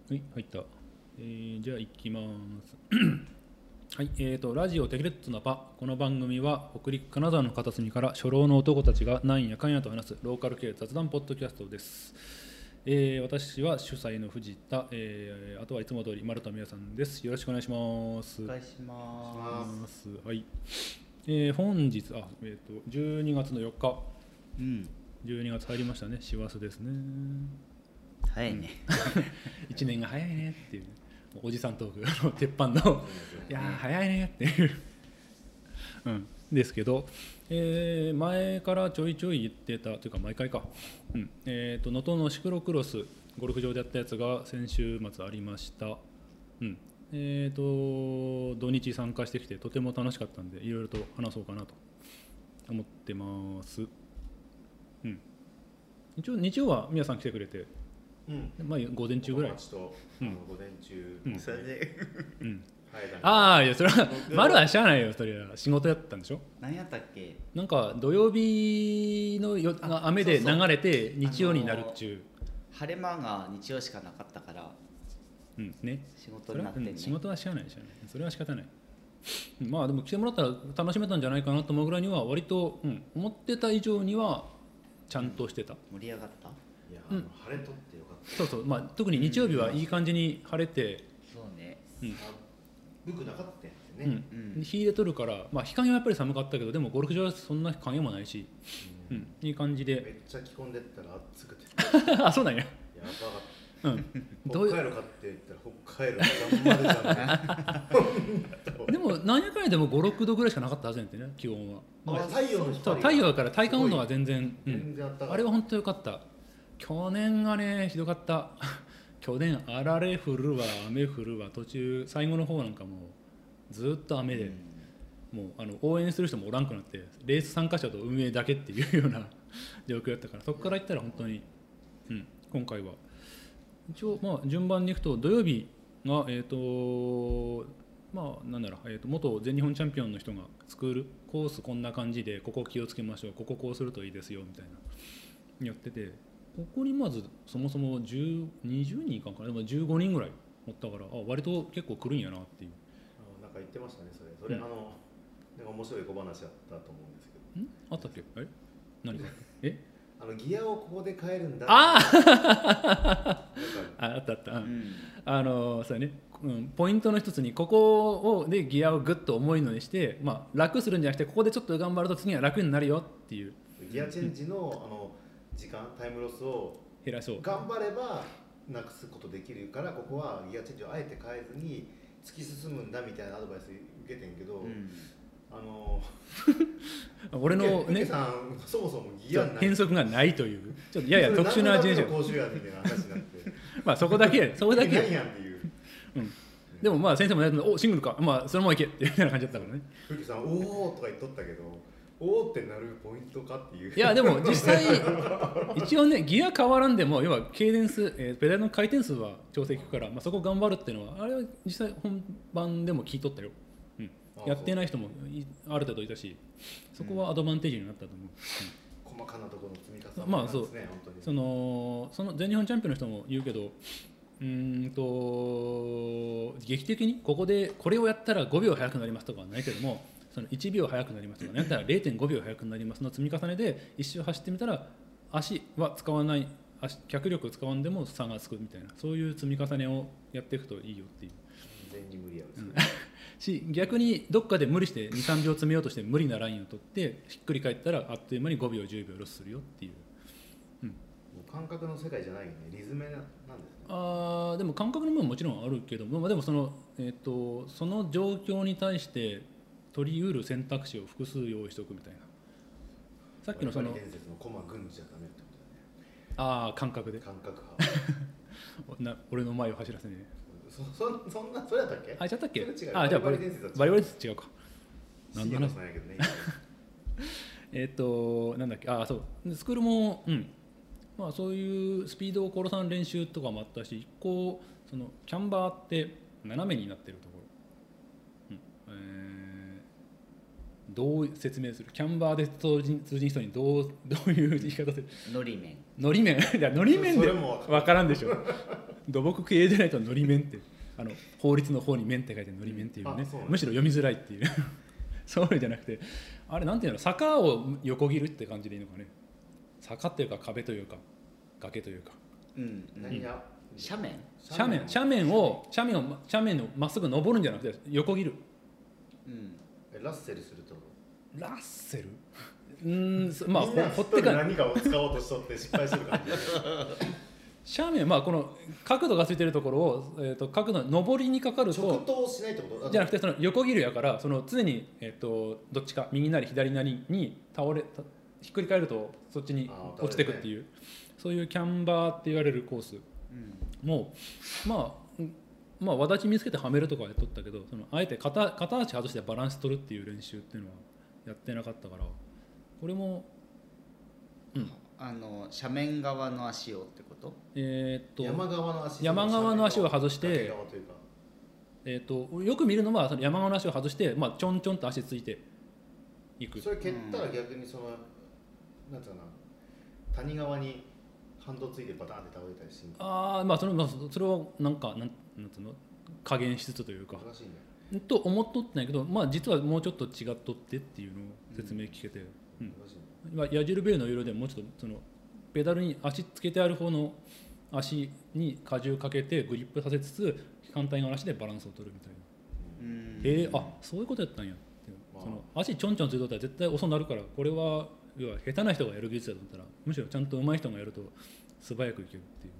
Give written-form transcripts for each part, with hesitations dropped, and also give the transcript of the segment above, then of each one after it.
はい、入った。じゃあ行きます。はい、ラジオテクレッツのパ。この番組は北陸金沢の片隅から初老の男たちがなんやかんやと話すローカル系雑談ポッドキャストです。私は主催の藤田、あとはいつも通り丸田美也さんです。よろしくお願いします。 お願いします。 はい。本日12月の4日、12月入りましたね。師走ですね。 早いね。 1年が早いねっていう、おじさんトークの鉄板のいやー早いねっていうですけど、前からちょいちょい言ってたというか毎回か、能登のシクロクロスゴルフ場でやったやつが先週末ありました。土日参加してきてとても楽しかったんでいろいろと話そうかなと思ってます。一応日曜は宮さん来てくれて、まあ午前中ぐらい。 午前中、 それでああ、いやそれは丸はしゃあないよ。それは仕事やったんでしょ。 何やったっけ。 なんか土曜日の雨で流れて日曜になるっちゅう、 晴れ間が日曜しかなかったからね、 仕事になってんね。 仕事はしゃあない。それは仕方ない。まあでも来てもらったら楽しめたんじゃないかなと思うぐらいには割と、思ってた以上にはちゃんとしてた。 盛り上がった。 いや、晴れとってよかった。 そう、まあ特に日曜日はいい感じに晴れて、 そうね。 寒くなかったよね。 日で撮るから、まあ日陰はやっぱり寒かったけど、でもゴルフ場はそんな影もないし、いい感じで。 めっちゃ着込んでったら暑くて。 あ、そうなんや。 やばかった。北海道かって言ったら北海道頑張れたね。 でも何やかんやでも5、6度ぐらいしかなかったはずやんてね、気温は。 太陽の光太陽だから体感温度が全然、 あれは本当良かった。去年がねひどかった。去年あられ降るわ雨降るわ、途中最後の方なんかもうずっと雨で、もう応援する人もおらんくなって、レース参加者と運営だけっていうような状況だったから、そこから言ったら本当に、今回は一応まあ順番にいくと、土曜日がまあなんだろう、元全日本チャンピオンの人が作るコースこんな感じで、ここ気をつけましょう、こここうするといいですよみたいなやってて、ここにまずそもそも20人いかんかな、でも15人ぐらいおったから、割と結構来るんやなっていう。 なんか言ってましたね、それ、なんか面白い小話あったと思うんですけど。 あったっけ。何かギアをここで変えるんだ。 あった。そうやね、ポイントの一つにここでギアをグッと重いのにして、まあ、楽するんじゃなくて、ここでちょっと頑張ると次は楽になるよっていう。 ギアチェンジの時間、タイムロスを減らそう。 頑張ればなくすことできるから、ここはギアチェンジをあえて変えずに突き進むんだみたいなアドバイス受けてんけど、 俺のね、 そもそもギアない、 変則がないという、ちょっとやや特殊な人種。 講習やみたいな話になって、 まあそこだけ何やんっていう。 でもまあ先生もおシングルか、まあそのままいけっていうような感じだったからね。 藤木さんおおとか言っとったけど、おおってなるポイントかっていう。 いやでも実際一応ね、ギア変わらんでも、要はケイデンス、ペダルの回転数は調整効くから、まあ、そこ頑張るっていうのは、あれは実際本番でも聞いとったよ。やってない人もある程度いたし、そこはアドバンテージになったと思う。 細かなところの積み重ねなんですね。 本当に。 その全日本チャンピオンの人も言うけど、劇的にここでこれをやったら5秒速くなりますとかはないけども、その1秒速くなりますとか、やったら 0.5 秒速くなりますの積み重ねで、一周走ってみたら足は使わない、脚力使わんでも差がつくみたいな、そういう積み重ねをやっていくといいよっていう。 全然無理やるし、逆にどっかで無理して 2,3 秒詰めようとして無理なラインを取ってひっくり返ったら、あっという間に5秒10秒ロスするよっていう。 感覚の世界じゃないよね、リズムなんですね。 でも感覚の部分ももちろんあるけども、でもその状況に対して取り得る選択肢を複数用意しておくみたいな。さっきのその伝説のコマ軍じゃダメってことだね。 感覚で。 感覚派。俺の前を走らせね。 そんなそれだったっけ？ あ、じゃったっけ？ じゃあバリバリ伝説違うか。 何の話なんやけどね。なんだっけ、そうスクールもまあそういうスピードを殺さん練習とかもあったし、一個そのキャンバーって斜めになってるところ、どう説明する？キャンバーで通じん人にどういう言い方する？ のり面。 いやのり面で分からんでしょ。 土木系でないとのり面って法律の方に面って書いてのり面っていうね、むしろ読みづらいっていうそうじゃなくてあれなんていうの坂を横切るって感じでいいのかね。坂っていうか壁というか崖というか、 何が斜面をまっすぐ登るんじゃなくて横切る。 ラッセルするとラッセルまあ掘ってから何かを使おうとしとって失敗してる感じ斜面この角度がついてるところを、角度上りにかかると直投しないってことじゃなくてその横切るやから常に、どっちか右なり左なりにひっくり返るとそっちに落ちていくっていう、そういうキャンバーって言われるコースもわだち見つけてはめるとかはやっとったけどあえて片足外してバランス取るっていう練習っていうのはやってなかったからこれも斜面側の足をってこと？ 山側の足を外してよく見るのはその山側の足を外して、ちょんちょんと足ついていく。 それ蹴ったら逆になんていうかな谷側に反動ついてバタンって倒れたりしてそれをなんつうの加減しつつというか難しいねと思っとったんやけど、実はもうちょっと違っとってっていうのを説明聞けて、矢印ベルの色でもうちょっとペダルに足つけてある方の足に荷重かけてグリップさせつつ反対側の足でバランスを取るみたいな。そういうことやったんやって、足ちょんちょんついとったら絶対遅くなるから、これは要は下手な人がやる技術だと思ったらむしろちゃんと上手い人がやると素早くいけるっていう。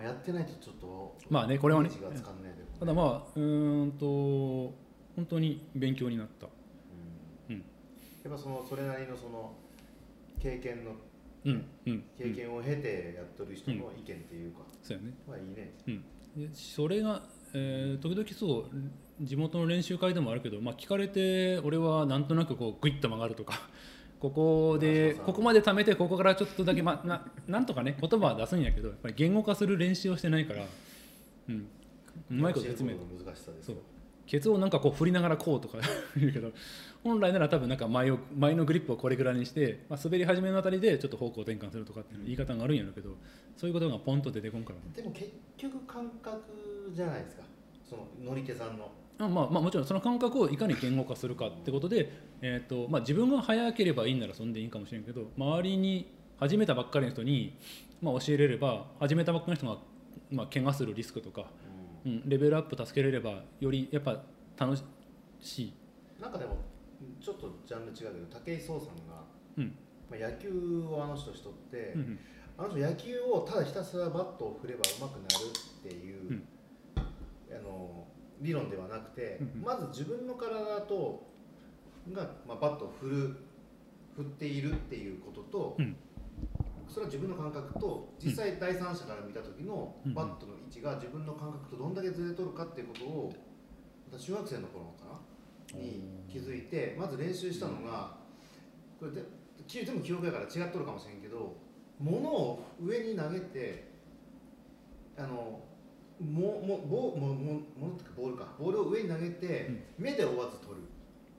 やってないとちょっとこれはねただ本当に勉強になった。 やっぱそれなりの経験を経てやっとる人の意見っていうか、 そうやね。 いいね。 それが、時々そう地元の練習会でもあるけど、聞かれて俺はなんとなくこうグイッと曲がるとかここまで貯めてここからちょっとだけ、なんとかね言葉は出すんやけどやっぱり言語化する練習をしてないから、うまいこと説明難しさです。 そうケツをなんかこう振りながらこうとか言うけど本来なら多分なんか前のグリップをこれぐらいにして、滑り始めのあたりでちょっと方向転換するとかっていう言い方があるんやろうけど、そういうことがポンと出てこんから、 でも結局感覚じゃないですか、乗り手さんの。 もちろんその感覚をいかに言語化するかってことで、自分が早ければいいならそんでいいかもしれんけど、周りに始めたばっかりの人に、教えれれば始めたばっかりの人が、怪我するリスクとか、レベルアップ助けれればよりやっぱ楽しい。 なんかでもちょっとジャンル違うけど武井壮さんが、野球をあの人しとって、あの人野球をただひたすらバットを振れば上手くなるっていう、理論ではなくて、まず自分の体が、バットを振っているっていうことと、それは自分の感覚と実際第三者から見た時のバットの位置が自分の感覚とどんだけずれとるかっていうことを中学生の頃かなに気づいて、まず練習したのが、これ全部記憶やから違っとるかもしれんけど、物を上に投げて物っていうかボールを上に投げて、目で追わず取る。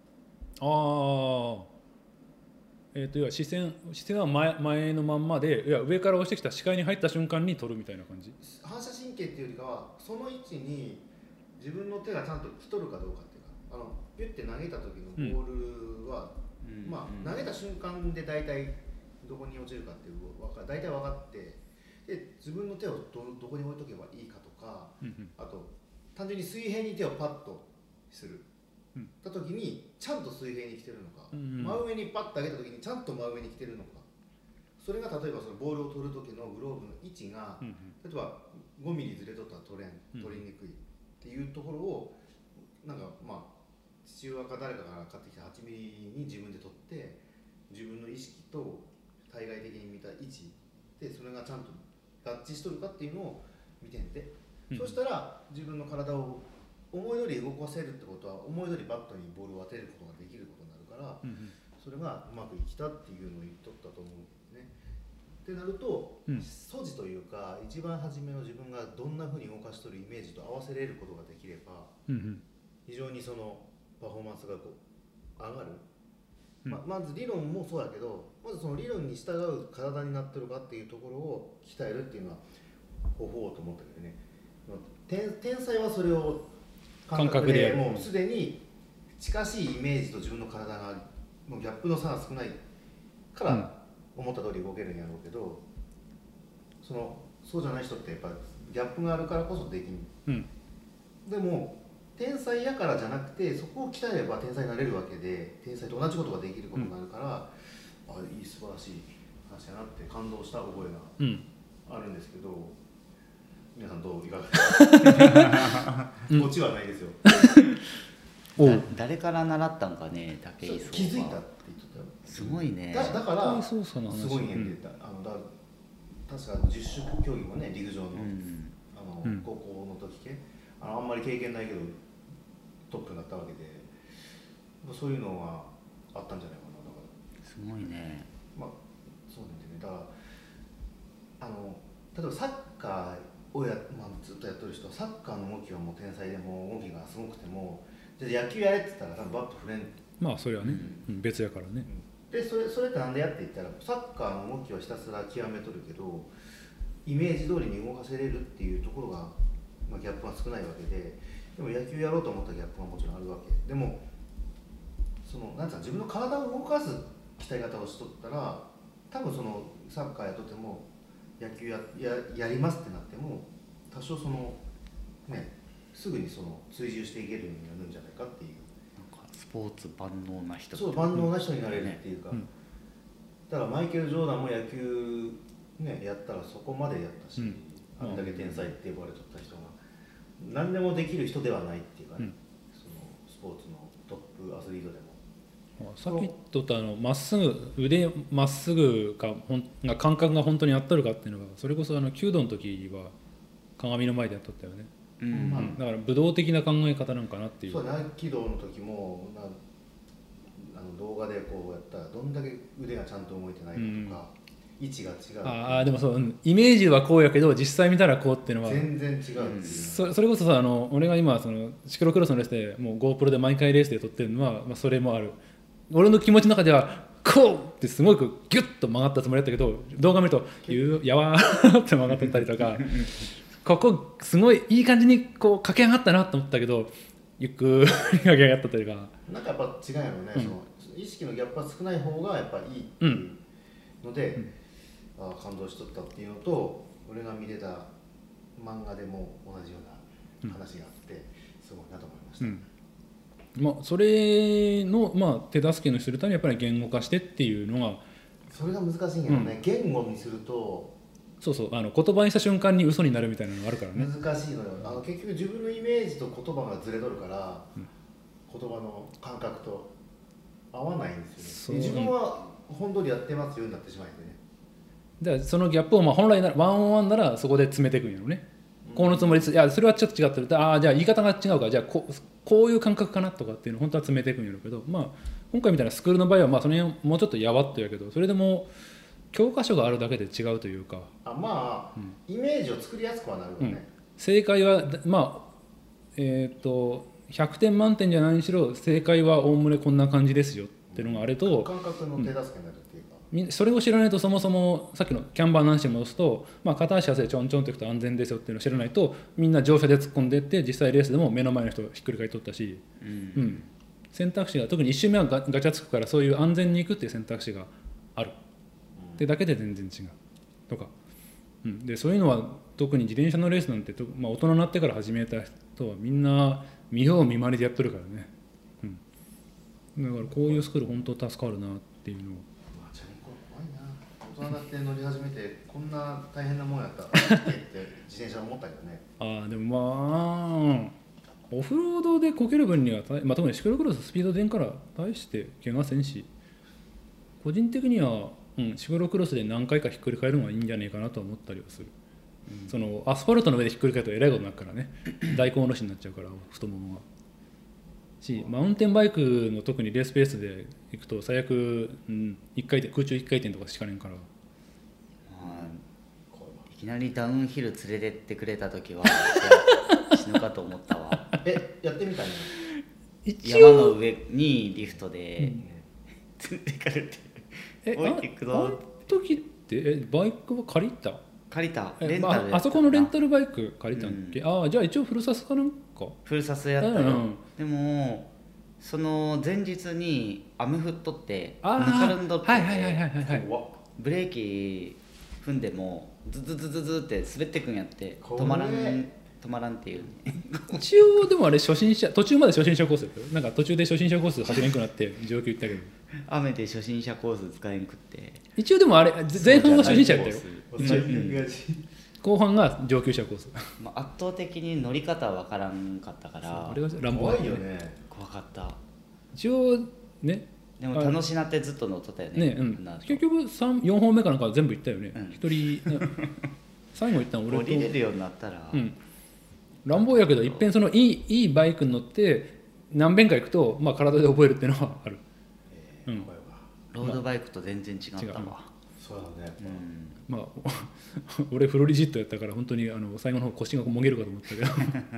要は視線は前のまんまで、上から押してきた視界に入った瞬間に取るみたいな感じ。 反射神経っていうよりかはその位置に自分の手がちゃんと来とるかどうかっていうか、ピュッて投げた時のボールは、投げた瞬間で大体どこに落ちるかっていう大体分かって、で自分の手をどこに置いとけばいいかとか、あと単純に水平に手をパッとするた時にちゃんと水平に来てるのか、真上にパッと上げた時にちゃんと真上に来てるのか、それが例えばそのボールを取る時のグローブの位置が、例えば5ミリずれとったら取りにくいっていうところを、なんか父親か誰かが買ってきた8ミリに自分で取って、自分の意識と対外的に見た位置でそれがちゃんと合致しとるかっていうのを見てんで、そしたら自分の体を思い通り動かせるってことは思い通りバットにボールを当てることができることになるから、それがうまくいきたっていうのを言っとったと思うんですね。ってなると、素地というか一番初めの自分がどんなふうに動かしとるイメージと合わせれることができれば、非常にそのパフォーマンスがこう上がる。まず理論もそうだけど、まずその理論に従う体になってるかっていうところを鍛えるっていうのは方法と思ったけどね、天才はそれを感覚でもうすでに近しいイメージと自分の体がもうギャップの差が少ないから思った通り動けるんやろうけど、そうじゃない人ってやっぱギャップがあるからこそできん、 うん、 でも天才やからじゃなくてそこを鍛えれば天才になれるわけで、天才と同じことができることになるから、いい素晴らしい話だなって感動した覚えがあるんですけど、皆さんどういかがですか？こっちはないですよ。 誰から習ったんかね、武井壮は。 気づいたって言ってたよ。 すごいね。 だからすごいねって言った。確か十種競技もね、陸上の、高校の時系あんまり経験ないけどトップになったわけで、そういうのはあったんじゃないかな。だからすごいね。 そうなんだよね。だから例えばサッカーをずっとやってる人はサッカーの動きはもう天才でも動きがすごくても、じゃあ野球やれって言ったら多分バット振れん。 まあそれはね、別やからね。 でそれってなんでやって言ったら、サッカーの動きはひたすら極めとるけどイメージ通りに動かせれるっていうところが、ギャップが少ないわけで、でも野球やろうと思ったギャップはもちろんあるわけでも、なんつうか自分の体を動かす鍛え方をしとったら、多分サッカーやっとっても野球やりますってなっても多少すぐに追従していけるようになるんじゃないかっていう。 スポーツ万能な人。 そう、万能な人になれるっていうか、だからマイケル・ジョーダンも野球やったらそこまでやったし、あんだけ天才って呼ばれとった人が何でもできる人ではないっていうか、スポーツのトップアスリートでも。 さっき言っとったまっすぐ腕まっすぐが感覚が本当に合っとるかっていうのが、それこそ弓道の時は鏡の前でやっとったよね。だから武道的な考え方なんかなっていう。 そうね、合気道の時も動画でこうやったらどんだけ腕がちゃんと動いてないかとか、位置が違う。 でもそう、イメージはこうやけど実際見たらこうっていうのは全然違うっていう、 それこそさ、俺が今シクロクロスのレースでもう GoPro で毎回レースで撮ってるのは、それもある。俺の気持ちの中ではこうってすごくギュッと曲がったつもりだったけど、動画見るとやわーって曲がってたりとかここすごいいい感じにこう駆け上がったなと思ったけど、ゆっくり駆け上がったというか、 なんかやっぱ違うよね、意識のギャップが少ない方がやっぱいいっていうので、感動しとったっていうのと、俺が見てた漫画でも同じような話があってすごいなと思いました。 それの、手助けのするためにやっぱり言語化してっていうのが、 それが難しいんやろね、言語にすると。 そう言葉にした瞬間に嘘になるみたいなのがあるからね。 難しいのよ。結局自分のイメージと言葉がずれとるから、言葉の感覚と合わないんですよね。自分は本通りやってますよになってしまうんでね。 だからそのギャップを本来ならワンオンワンならそこで詰めていくんやろね。このつもりです。いやそれはちょっと違ってる。じゃあ言い方が違うから、じゃあこういう感覚かなとかっていうのを本当は詰めていくんやろうけど、今回みたいなスクールの場合はその辺もうちょっとやわっとやけど、それでも教科書があるだけで違うというか、 イメージを作りやすくはなるよね。 正解は100点満点じゃないにしろ正解はおおむねこんな感じですよっていうのがあると、 感覚の手助けになるっていうか、 それを知らないと、そもそもさっきのキャンバーの話に戻すと、片足汗でちょんちょんといくと安全ですよっていうのを知らないと、みんな乗車で突っ込んでいって、実際レースでも目の前の人をひっくり返っとったし、選択肢が特に1周目はガチャつくから、そういう安全にいくっていう選択肢があるってだけで全然違うとか、でそういうのは特に自転車のレースなんて大人になってから始めた人はみんな見よう見まねでやってるからね、だからこういうスクール本当助かるなっていうのを。 チャリンコ怖いな、大人になって乗り始めてこんな大変なもんやったって自転車思ったけどね。 でもオフロードでこける分には、特にシクロクロススピード出んから大して怪我せんし、個人的には、シクロクロスで何回かひっくり返るのはいいんじゃないかなと思ったりはする。そのアスファルトの上でひっくり返るとえらいことになるからね大根おろしになっちゃうから太ももがし、マウンテンバイクの特にレースペースで行くと最悪、1回転空中1回転とかしかねんから、 いきなりダウンヒル連れてってくれた時は死ぬかと思ったわ。 やってみたいな。 山の上にリフトで連れてかれてあの時ってバイクは借りた？ 借りたレンタルであそこのレンタルバイク借りたんっけ、ああじゃあ一応フルサスかなんかフルサスやったよ、 うんでもその前日に雨降っとってぬあーかるんどってて、 はいはいはいはいはい怖っブレーキ踏んでもズズズズズって滑ってくんやってこれ止まらんっていうね一応でもあれ初心者途中まで初心者コースだよ。なんか途中で初心者コース走れんくなって上級行ったけど雨で初心者コース使えんくって一応でもあれ前半は初心者やったよ。 最悪やし後半が上級者コース。 まあ、圧倒的に乗り方わからんかったからあれが乱暴怖いよね。 怖かった。 一応ねでも楽しなってずっと乗っとったよね。 ね、結局4本目かなんか全部行ったよね。一、人、ね、最後行ったの俺と降りれるようになったら、 乱暴やけどいっぺんそのいいバイクに乗って何遍か行くと、まあ、体で覚えるっていうのはある。 怖いわ。 ロードバイクと全然違ったわ。 そうだね。 まあ俺フロリジットやったから本当に最後の方腰がもげるかと思ったけど、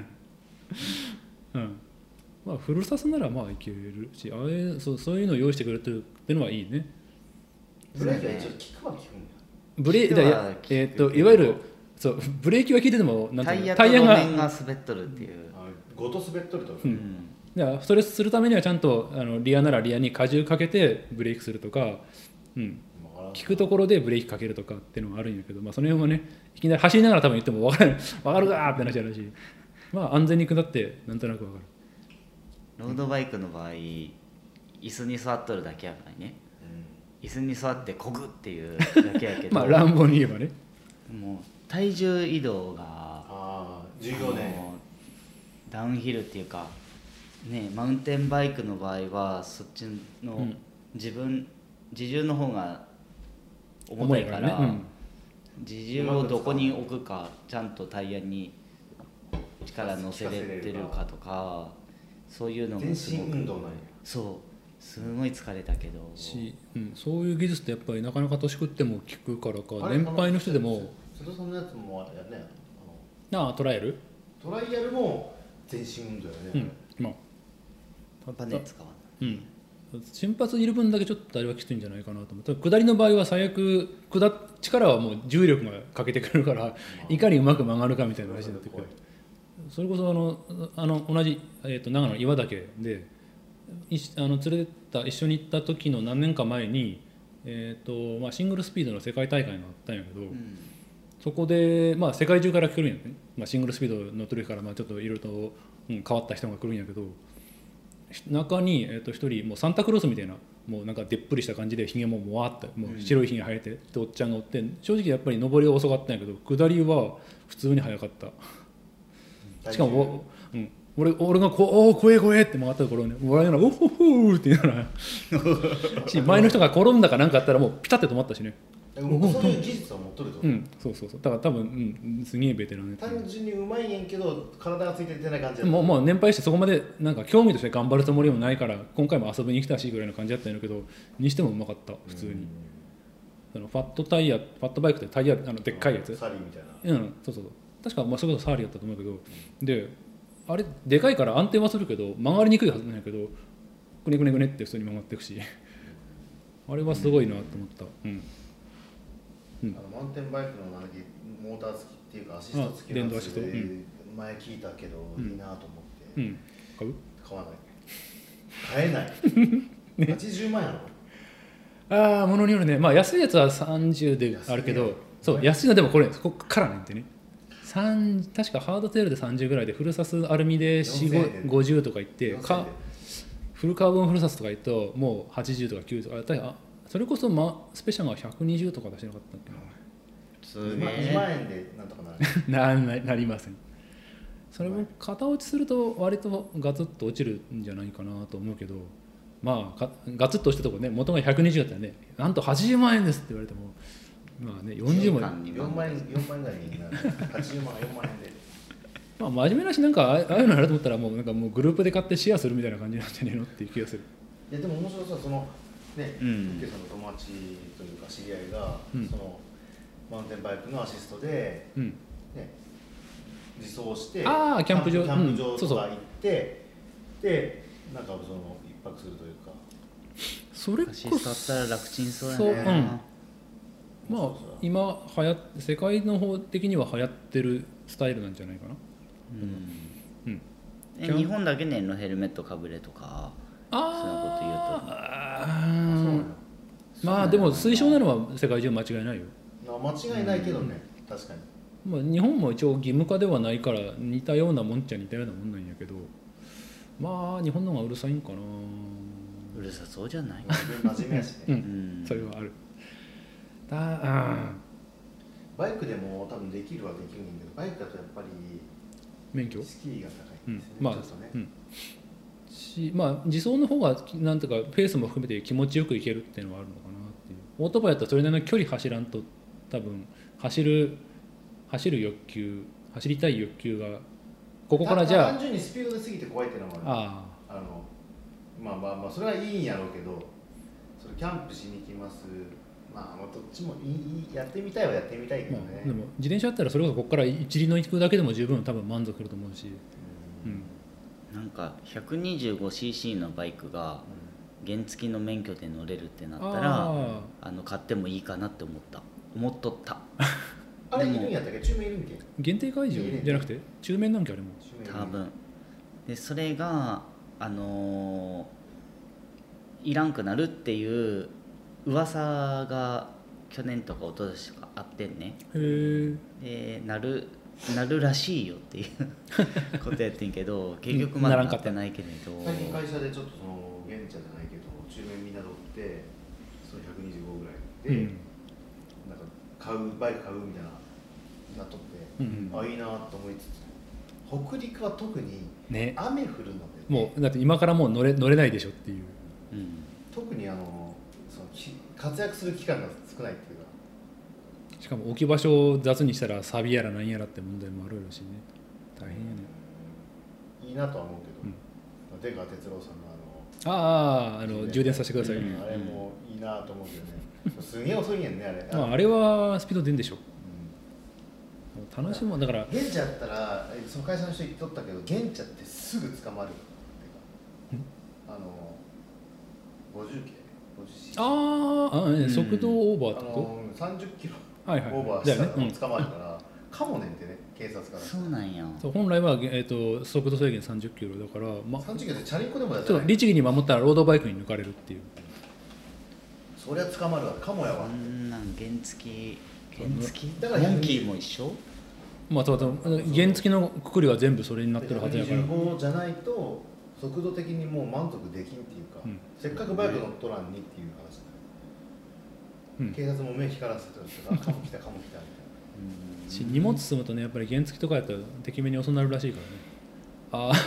まあフルサスならまあいけるし、そういうのを用意してくれてるっていうのはいいね。 ブレーキは一応効くは効くんだ。 ブレいわゆるそうブレーキは効いててもなんていうのタイヤと路面が滑っとるっていう。 ごと滑っとると。 だからそれするためにはちゃんとリアならリアに荷重かけてブレーキするとか、効くところでブレーキかけるとかっていうのがあるんやけど、まあ、その辺はねいきなり走りながら多分言っても分かるかーって話やるし、まあ安全に下ってなんとなく分かる。 ロードバイクの場合椅子に座っとるだけやからね、椅子に座ってこぐっていうだけやけどまあ乱暴に言えばね、 もう体重移動が重要ね。 ダウンヒルっていうかね、マウンテンバイクの場合はそっちの自重の方が重いから自重をどこに置くかちゃんとタイヤに力乗せれてるかとかそういうのもすごく全身運動なんや。 そうすごい疲れたけどそういう技術ってやっぱりなかなか年食っても効くからか、年配の人でも瀬戸さんのやつもあれやね、 トライアルも全身運動やね。 まあバネ使わない心拍いる分だけちょっとあれはきついんじゃないかなと思って、下りの場合は最悪力はもう重力がかけてくるからいかにうまく曲がるかみたいな話になってくる。それこそ同じ、長野の岩岳で連れてった一緒に行った時の何年か前に、シングルスピードの世界大会があったんやけど、そこで、まあ、世界中から来るんやね、シングルスピード乗ってるから、ちょっといろいろと、変わった人が来るんやけど、中に、一人もうサンタクロースみたいなもうなんかでっぷりした感じでひげももわってもう白いひげ生えてっておっちゃんがおって、正直やっぱり上りは遅かったんやけど下りは普通に速かった。しかも、俺がおー怖え怖えって回ったところね笑いながらおほほーって言いながらし前の人が転んだかなんかあったらもうピタッて止まったしね。 そういう技術は持っとると。 そうだから多分、すげえベテランね。 単純にうまいねんけど体がついて出ない感じだった。 もう年配してそこまでなんか興味として頑張るつもりもないから今回も遊びに来たしぐらいの感じだったんやけど、にしてもうまかった普通に。ファットバイクってタイヤでっかいやつ、 サリーみたいな。 そう確かそれこそサーリーやったと思うけど、であれでかいから安定はするけど曲がりにくいはずなんやけどくねくねくねって普通に曲がっていくしあれはすごいなと思った。 マウンテンバイクのモーター付きっていうかアシスト付きのやつで前聞いたけどいいなと思って、買わない買えない80万やろ。 ものによるね。安いやつは30であるけど、そう安いのでもここからなんてね、確かハードテールで30ぐらいでフルサスアルミで50とかいってフルカーボンフルサスとかいくともう80とか90とかそれこそスペシャルが120とか出してなかったっけな。 すげえ 2万円でなんとかなるなりません。それも型落ちすると割とガツッと落ちるんじゃないかなと思うけど、ガツッとしたところね元が120だったらねなんと80万円ですって言われても40万円 4万円ぐらいになる80万4万円で真面目なしなんかああいうのやると思ったらもうグループで買ってシェアするみたいな感じなんじゃねえのっていう気がする。 いやでも面白そうそのね、さんの友達というか知り合いが、そのマウンテンバイクのアシストで、自走してキャンプ場とか行ってでなんかその一泊するというかそれこそアシストあったら楽ちんそうやね。 まあ今世界の方的には流行ってるスタイルなんじゃないかな。 日本だけねのヘルメットかぶれとかそういうこと言うとまあでも推奨なのは世界中間違いないよ。 間違いないけどね、確かに。 まあ日本も一応義務化ではないから似たようなもんっちゃ似たようなもんなんやけど、まあ日本の方がうるさいんかな。 うるさそうじゃない？ 真面目やしね。 それはある。 バイクでも多分できるはできるんだけど、バイクだとやっぱり免許スキーが高いんですね。 まあまあ自走の方がなんとかペースも含めて気持ちよくいけるっていうのはあるのかなっていう。オートバイだったらそれなりの距離走らんと多分走る欲求、走りたい欲求がここからじゃあ単純にスピードで過ぎて怖いっていうのもある。まあそれはいいんやろうけど、それキャンプしに行きます。まあどっちもやってみたいはやってみたいけどね。 でも自転車だったらそれこそここから一輪の行くだけでも十分多分満足すると思うし。 なんか 125cc のバイクが原付の免許で乗れるってなったら買ってもいいかなって思っとったあれいるんやったっけ？中面いるんけ？ 限定解除じゃなくて中面なんけあれも多分でそれがいらんくなるっていう噂が去年とか一昨年とかあってんね。でなるらしいよっていうことやってんけど結局まだなってないけれど、 最近会社でちょっとその現茶じゃないけど中面みんな乗ってその125ぐらいで、なんかバイク買うみたいななっとって、いいなと思いつつ、北陸は特に雨降るので、 もうだって今からもう乗れないでしょっていう、 特にその活躍する期間が少ないっていうか、 しかも置き場所を雑にしたらサビやら何やらって問題もあるしね、大変やね。 いいなとは思うけど、出川哲朗さんの充電させてください、 あれもいいなと思うけどね、すげえ遅いんやんねあれ。 あれはスピード出んでしょ。楽しもだから現茶やったらその会社の人言っとったけど、現茶ってすぐ捕まるっていうか、50系速度オーバーってこと30キロオーバーしたら捕まるからかもねんってね、警察から。 そうなんや。 本来は、速度制限30キロだから、 30キロでチャリンコでもやってない。律儀に守ったらロードバイクに抜かれるっていう。 そりゃ捕まるわ、かもやわ。 原付だからモンキーも一緒。 まあ原付のくくりは全部それになってるはずやから。 25じゃないと速度的にもう満足できんっていうか、せっかくバイク乗っとらんにっていう話だ、警察も目光らせてるからカモ来たみたいな。 荷物積むとね、やっぱり原付とかやったらてきめに遅くなるらしいからね。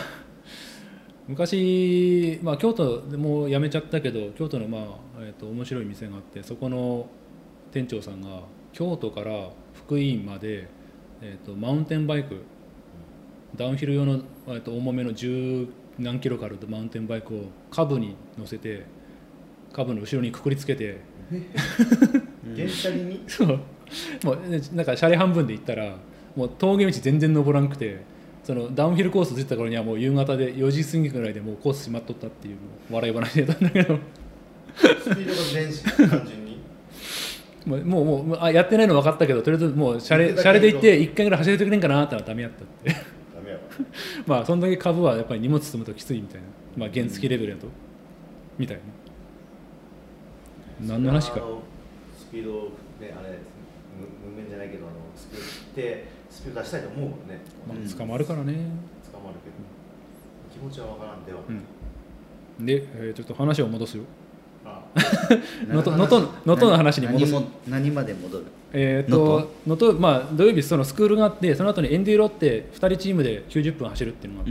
昔、京都でもう辞めちゃったけど、京都の面白い店があって、そこの店長さんが京都から福井まで、マウンテンバイク、ダウンヒル用の重めの10何キロかあるマウンテンバイクをカブに乗せて、カブの後ろにくくりつけて原チャリにそうもうなんかシャレ半分で行ったらもう峠道全然登らんくて、そのダウンヒルコース出てた頃にはもう夕方で4時過ぎぐらいでもうコース閉まっとったっていう笑い話でたんだけどスピードが電子単純にもうやってないの分かったけど、とりあえずもうシャレで行って1回ぐらい走れてくれんかなってのはダメやったってダメやまあそんだけ株はやっぱり荷物積むときついみたいな、原付レベルやとみたいな。何の話か。 スピードね、あれ無面じゃないけどスピード切ってスピード出したいと思うもんね。 捕まるからね。 捕まるけど気持ちは分からんでは。 で、ちょっと話を戻すよ。能登の話に戻す。 何まで戻る？ 能登土曜日そのスクールがあって、その後にエンデューロって2人チームで90分走るっていうのがあって、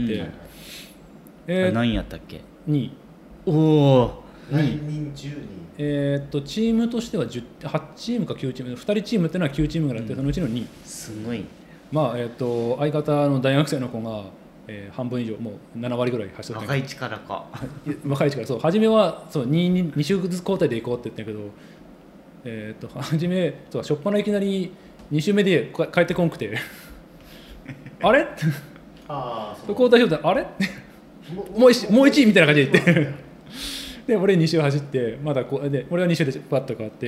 何やったっけ ？2位。 おお。 何人10人。 チームとしては8チームか9チーム、2人チームっていうのは9チームぐらいあって、そのうちの2位。 すごい。 相方の大学生の子が、半分以上もう7割ぐらい走ってた。 若い力か。 若い力、そう初めはそう2週ずつ交代で行こうって言ったけど、初めそう初っ端いきなり2週目で帰ってこんくてあれ交代しようってあれもう1位みたいな感じで言ってで俺2周走ってまだで俺は2周でパッと変わって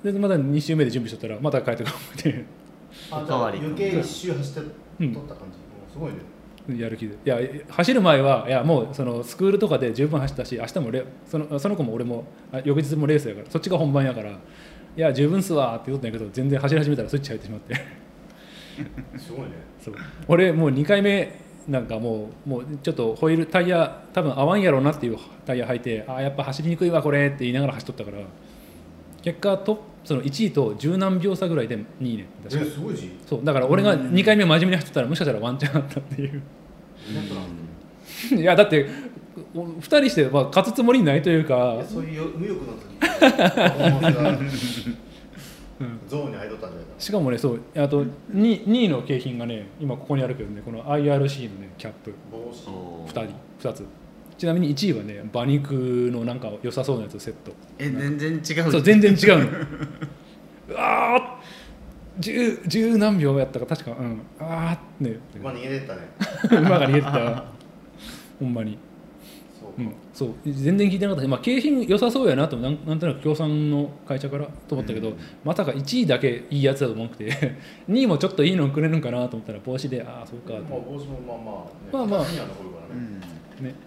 でまだ2周目で準備しとったらまた帰ってこなくてあ、じゃあ余計1周走って取った感じ、すごいね。 やる気で、いや走る前はいやもうそのスクールとかで十分走ったし、明日もその子も俺も翌日もレースやから、そっちが本番やから、いや十分っすわって言ったんやけど、全然走り始めたらスイッチ入ってしまってすごいね。 そう俺もう2回目なんかもうちょっとホイールタイヤ多分合わんやろうなっていうタイヤ履いて、やっぱ走りにくいわこれって言いながら走っとったから、結果その1位と10何秒差ぐらいで2位ね。 すごいし。 そうだから俺が2回目真面目に走ってたらもしかしたらワンチャンあったっていう。いやだって2人して勝つつもりないというか、 そういう無欲の時パフォーマンスがゾーンに入っとったんじゃないか。 しかもね、そうあと 2位の景品がね今ここにあるけどね、この IRC のねキャップ2つ。ちなみに1位はね馬肉のなんか良さそうなやつセット。 全然違う。 そう全然違うのうわー10何秒やったか確か、ね馬逃げてったね馬が逃げてたほんまに。そう全然聞いてなかったし、景品良さそうやなとなんとなく協賛の会社からと思ったけど、まさか1位だけいいやつだと思わなくて2位もちょっといいのくれるんかなと思ったら帽子で、そうかと。 帽子もまあまあ形には残るからね。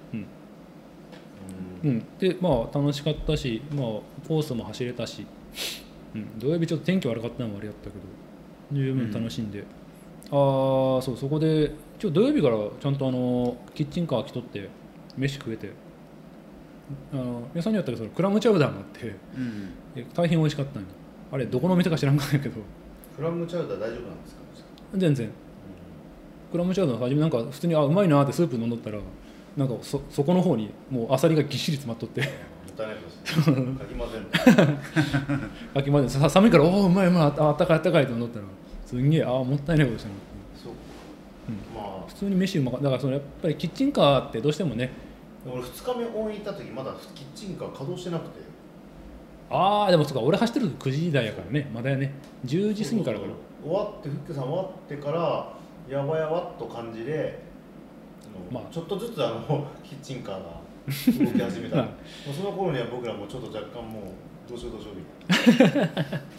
で楽しかったし、コースも走れたし、土曜日ちょっと天気悪かったのもあれやったけど十分楽しんで、そこで土曜日からちゃんとキッチンカー来とって飯食えて、皆さんにやったらそのクラムチャウダーがあって、大変美味しかったんよ。あれどこの店か知らんかったけど。 クラムチャウダー大丈夫なんですか？ 全然。クラムチャウダー初めなんか普通にうまいなってスープ飲んどったら、なんかそこの方にもうアサリがぎっしり詰まっとってもったいないですかき混ぜるかき混ぜて寒いからうまいあったかいと思ったらすんげえもったいないことしたの。 そう、 普通に飯うまかった。だからやっぱりキッチンカーってどうしてもね、 俺2日目応援行った時まだキッチンカー稼働してなくて、 でもそうか、俺走ってる時9時台やからね、まだやね、10時過ぎからかな。 終わってフックさん終わってからやばっと感じで、ちょっとずつキッチンカーが動き始めたもうその頃には僕らもちょっと若干もうどうしようみたい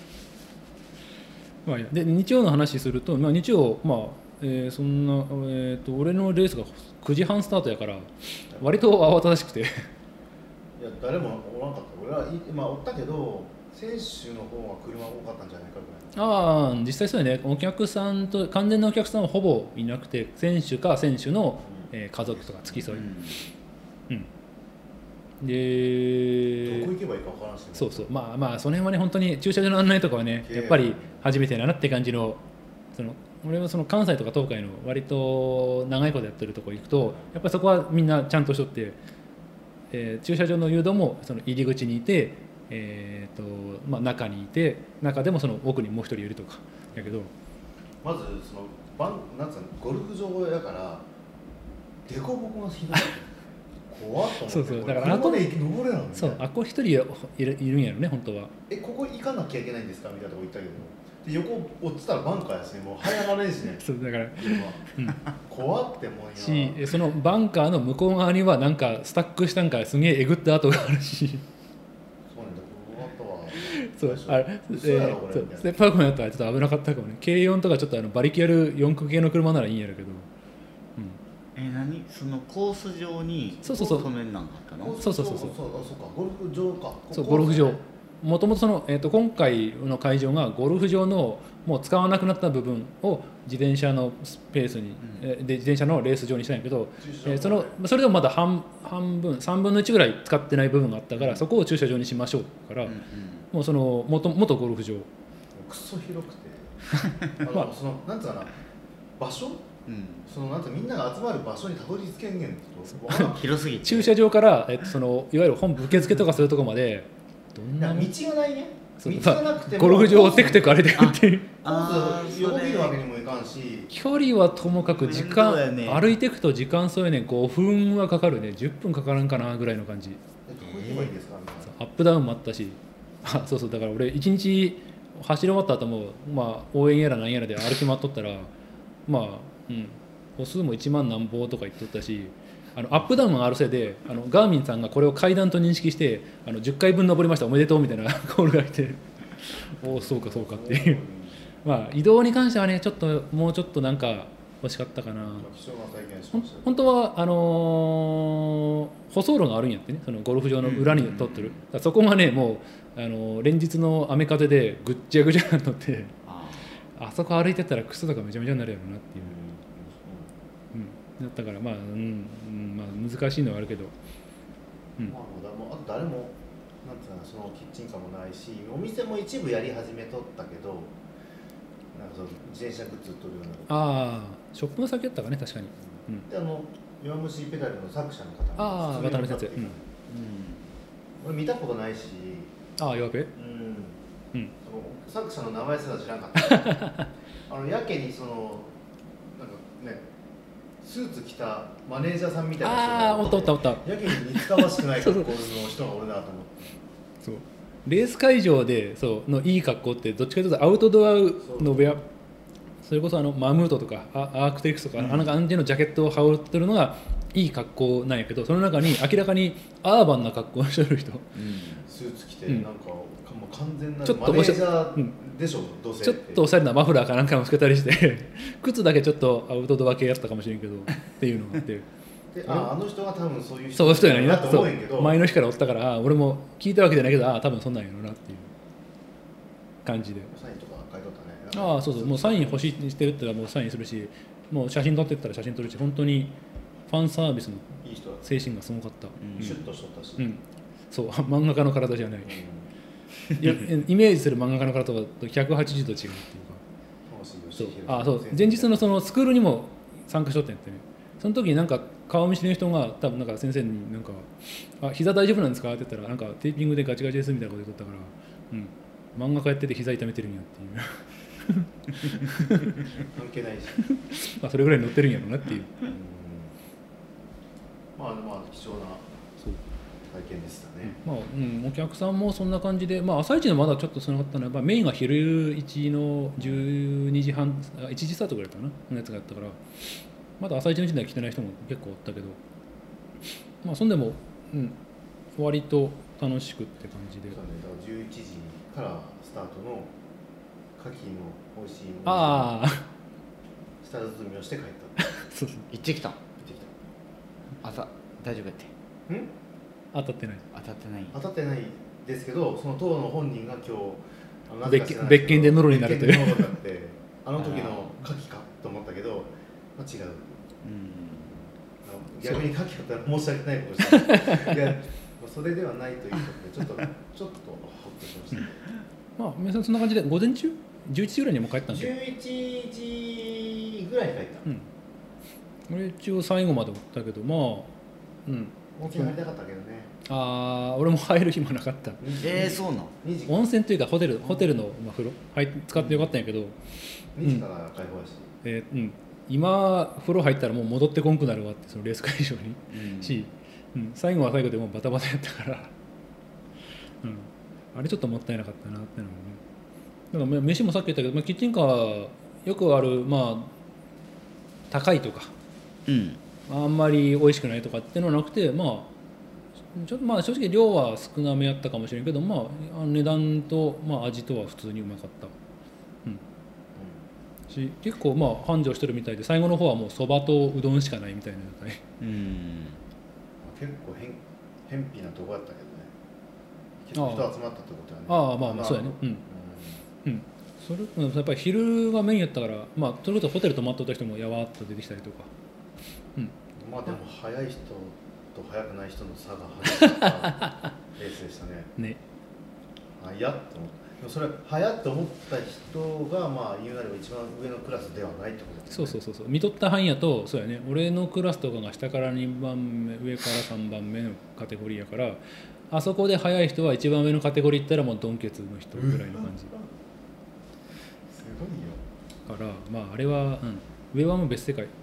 なで日曜の話すると、日曜そんな、俺のレースが9時半スタートやから割と慌ただしくていや誰もおらんかった。俺は今おったけど選手の方は車多かったんじゃないかぐらい。 実際そうやね。お客さんと完全なお客さんはほぼいなくて、選手か選手の、家族とか付き添い、でどこ行けばいいか分からんし、ね、 そうその辺はね本当に駐車場の案内とかはねやっぱり初めてだなって感じの、俺はその関西とか東海の割と長いことやってるとこ行くとやっぱりそこはみんなちゃんとしとって、駐車場の誘導もその入り口にいて、中にいて、中でもその奥にもう一人いるとかやけど、 まずそのなんつうのゴルフ場やから凸凹がひどい怖っと思って。 そうだからあこで登れなの、 そうあこ一人いるんやろね本当は。 ここ行かなきゃいけないんですかみたいなとこ行ったけど、で横落ちたらバンカーやしね、もう入らないしねそうだから、 怖ってもんやし、そのバンカーの向こう側にはなんかスタックしたんかすげええぐった跡があるしそうステップアウトやったらちょっと危なかったかもね。軽4とかちょっと馬力ある4駆系の車ならいいんやろうけど、 そのコース上に止めんなんかあったの？ そうかゴルフ場か。 そうゴルフ場、もともとその、今回の会場がゴルフ場のもう使わなくなった部分を自転車のスペースに、で自転車のレース場にしたんやけど、それでもまだ半分3分の1ぐらい使ってない部分があったから、そこを駐車場にしましょうから、もうその元ゴルフ場クソ広くてそのなんつうかな場所、そのなんてみんなが集まる場所にたどり着けんねんと広すぎて駐車場から、そのいわゆる本部受付とかするところまで道がないね。道がなくてもゴルフ場をテクテク歩いてくっていう横切るわけにもいかんし、 距離はともかく時間、歩いていくと時間そうやね5分はかかるね、10分かからんかなぐらいの感じ。 どこ行けばいいですかみたいな。 アップダウンもあったし、そうだから俺1日走り終わった後も応援やらなんやらで歩き回っとったら歩数も1万何歩とか言っとったし、アップダウンがあるせいでガーミンさんがこれを階段と認識して10回分登りましたおめでとうみたいなコールが来ておおそうかそうかっていうまあ移動に関してはねちょっともうちょっとなんか欲しかったかな。 貴重な体験しましたよ。 本当は舗装路があるんやってね、そのゴルフ場の裏に通ってる、だからそこがねもう連日の雨風でぐっちゃぐちゃになっとってあそこ歩いてったら靴とかめちゃめちゃになるやろうなっていう、だったからまあ、まあ難しいのはあるけど、 まああと誰もなんていうかな、そのキッチンカーもないし、お店も一部やり始めとったけど、なんかその自転車グッズ売っとるような。 ああショップの先やったかね確かに、 で弱虫ペダルの作者の方ああ渡辺先生、 俺見たことないし、 ああ弱ペ、 その作者の名前すら知らんかったやけにそのなんかねスーツ着たマネージャーさんみたいな人がああおったやけに似つかわしくない格好の人がおるなと思ってそうレース会場でそうのいい格好ってどっちかというとアウトドアの部屋、それこそマムートとかアークテリクスとか、あの感じのジャケットを羽織ってるのがいい格好なんやけど、その中に明らかにアーバンな格好をしてる人、 スーツ着てなんか、もう完全なちょっとマネージャーでしょ、どうせちょっとおしゃれなマフラーかなんかもつけたりして靴だけちょっとアウトドア系やったかもしれんけどっていうのがあってあの人は多分そういうそういう人やないなと思うんやけど、 前の日からおったから俺も聞いたわけじゃないけど多分そんなんやろなっていう感じで、 サインとか書いとったね。 ああそうそうもうサイン欲しいしてるって言ったらもうサインするし、もう写真撮ってったら写真撮るし、本当にファンサービスのいい人だった。 精神がすごかった、 シュッとしとったし、 そう漫画家の体じゃない、いやイメージする漫画家の体と180度違うっていうか、そうそう前日のそのスクールにも参加しとったんやってね、その時になんか顔見知りの人が多分なんか先生になんか「膝大丈夫なんですか?」って言ったらなんかテーピングでガチガチですみたいなこと言っとったから、漫画家やってて膝痛めてるんやっていう関係ないしまあそれぐらい乗ってるんやろうなっていう、 まあ貴重な体験でしたね。 まあお客さんもそんな感じで、まあ、朝一のまだちょっと少なかったのは、メインが昼1の12時半1時スタートぐらいかなのやつがやったから、まだ朝一の時代来てない人も結構おったけど、まあそんでも、割と楽しくって感じで、 そうね、だから11時からスタートの牡蠣の美味しいものああ舌包みをして帰ったそうそう行ってきた。 行ってき朝大丈夫やってた。 当たってない当たってない。 当たってないですけど、その当の本人が今日別件でノロになるという別件でノロになってあの時の牡蠣かと思ったけど、まあ、違う、逆に牡蠣だったら申し訳ないことしたいやそれではないということでちょっとホッとしました、 まあ皆さんそんな感じで午前中11時ぐらいにもう帰ったんで、 11時ぐらいに帰った、 俺一応最後までおったけど、まあもう一回入りたかったけどね。 俺も入る暇なかった。 そうなん。 2時温泉というかホテルの風呂使ってよかったんやけど、 2時から開放やし、 今風呂入ったらもう戻ってこんくなるわって、そのレース会場に、し、最後は最後でもうバタバタやったから、あれちょっともったいなかったなってのもね。だから飯もさっき言ったけど、キッチンカーよくある、高いとか、あんまり美味しくないとかっていうのはなくて、正直量は少なめやったかもしれんけど、値段と、味とは普通にうまかった、し結構繁盛してるみたいで、最後の方はもうそばとうどんしかないみたいな状態。 結構偏僻なとこやったけどね、結構人集まったってことはね。 そうやね。それやっぱり昼がメインやったから、それこそホテル泊まっとった人もやわっと出てきたりとか、 でも早い人と早くない人の差が激しかったレースでしたね。早っと思った。でもそれ早っと思った人が言うなれば一番上のクラスではないってことですね。 そう見とった範囲やとそうやね。俺のクラスとかが下から2番目上から3番目のカテゴリーやから、あそこで早い人は一番上のカテゴリー行ったらもうドンケツの人ぐらいの感じ。 すごいよ。 からあれは、上はもう別世界。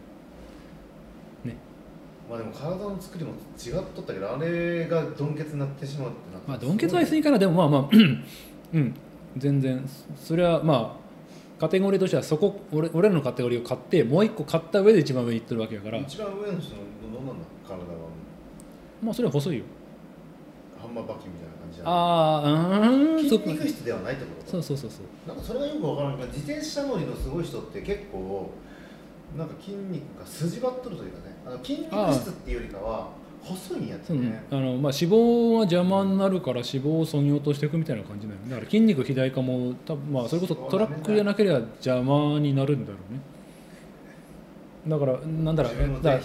でも体の作りも違っとったけど、あれがドンケツになってしまうってなった。 ドンケツは言い過ぎかな。でも全然それはカテゴリーとしてはそこ俺らのカテゴリーを買ってもう一個買った上で一番上に行ってるわけやから、 一番上の人のどうなんだ体は。 それは細いよ。 ハンマーバキみたいな感じじゃああ筋肉質ではないってこと。 そうなんかそれがよくわからないけど、自転車乗りのすごい人って結構なんか筋肉が筋張っとるというかね、筋肉質っていうよりかは細いんやつね。 まあ、脂肪が邪魔になるから脂肪をそぎ落としていくみたいな感じなの。だから筋肉肥大化も多分、まあ、それこそトラックじゃなければ邪魔になるんだろうね。だからなんだろう、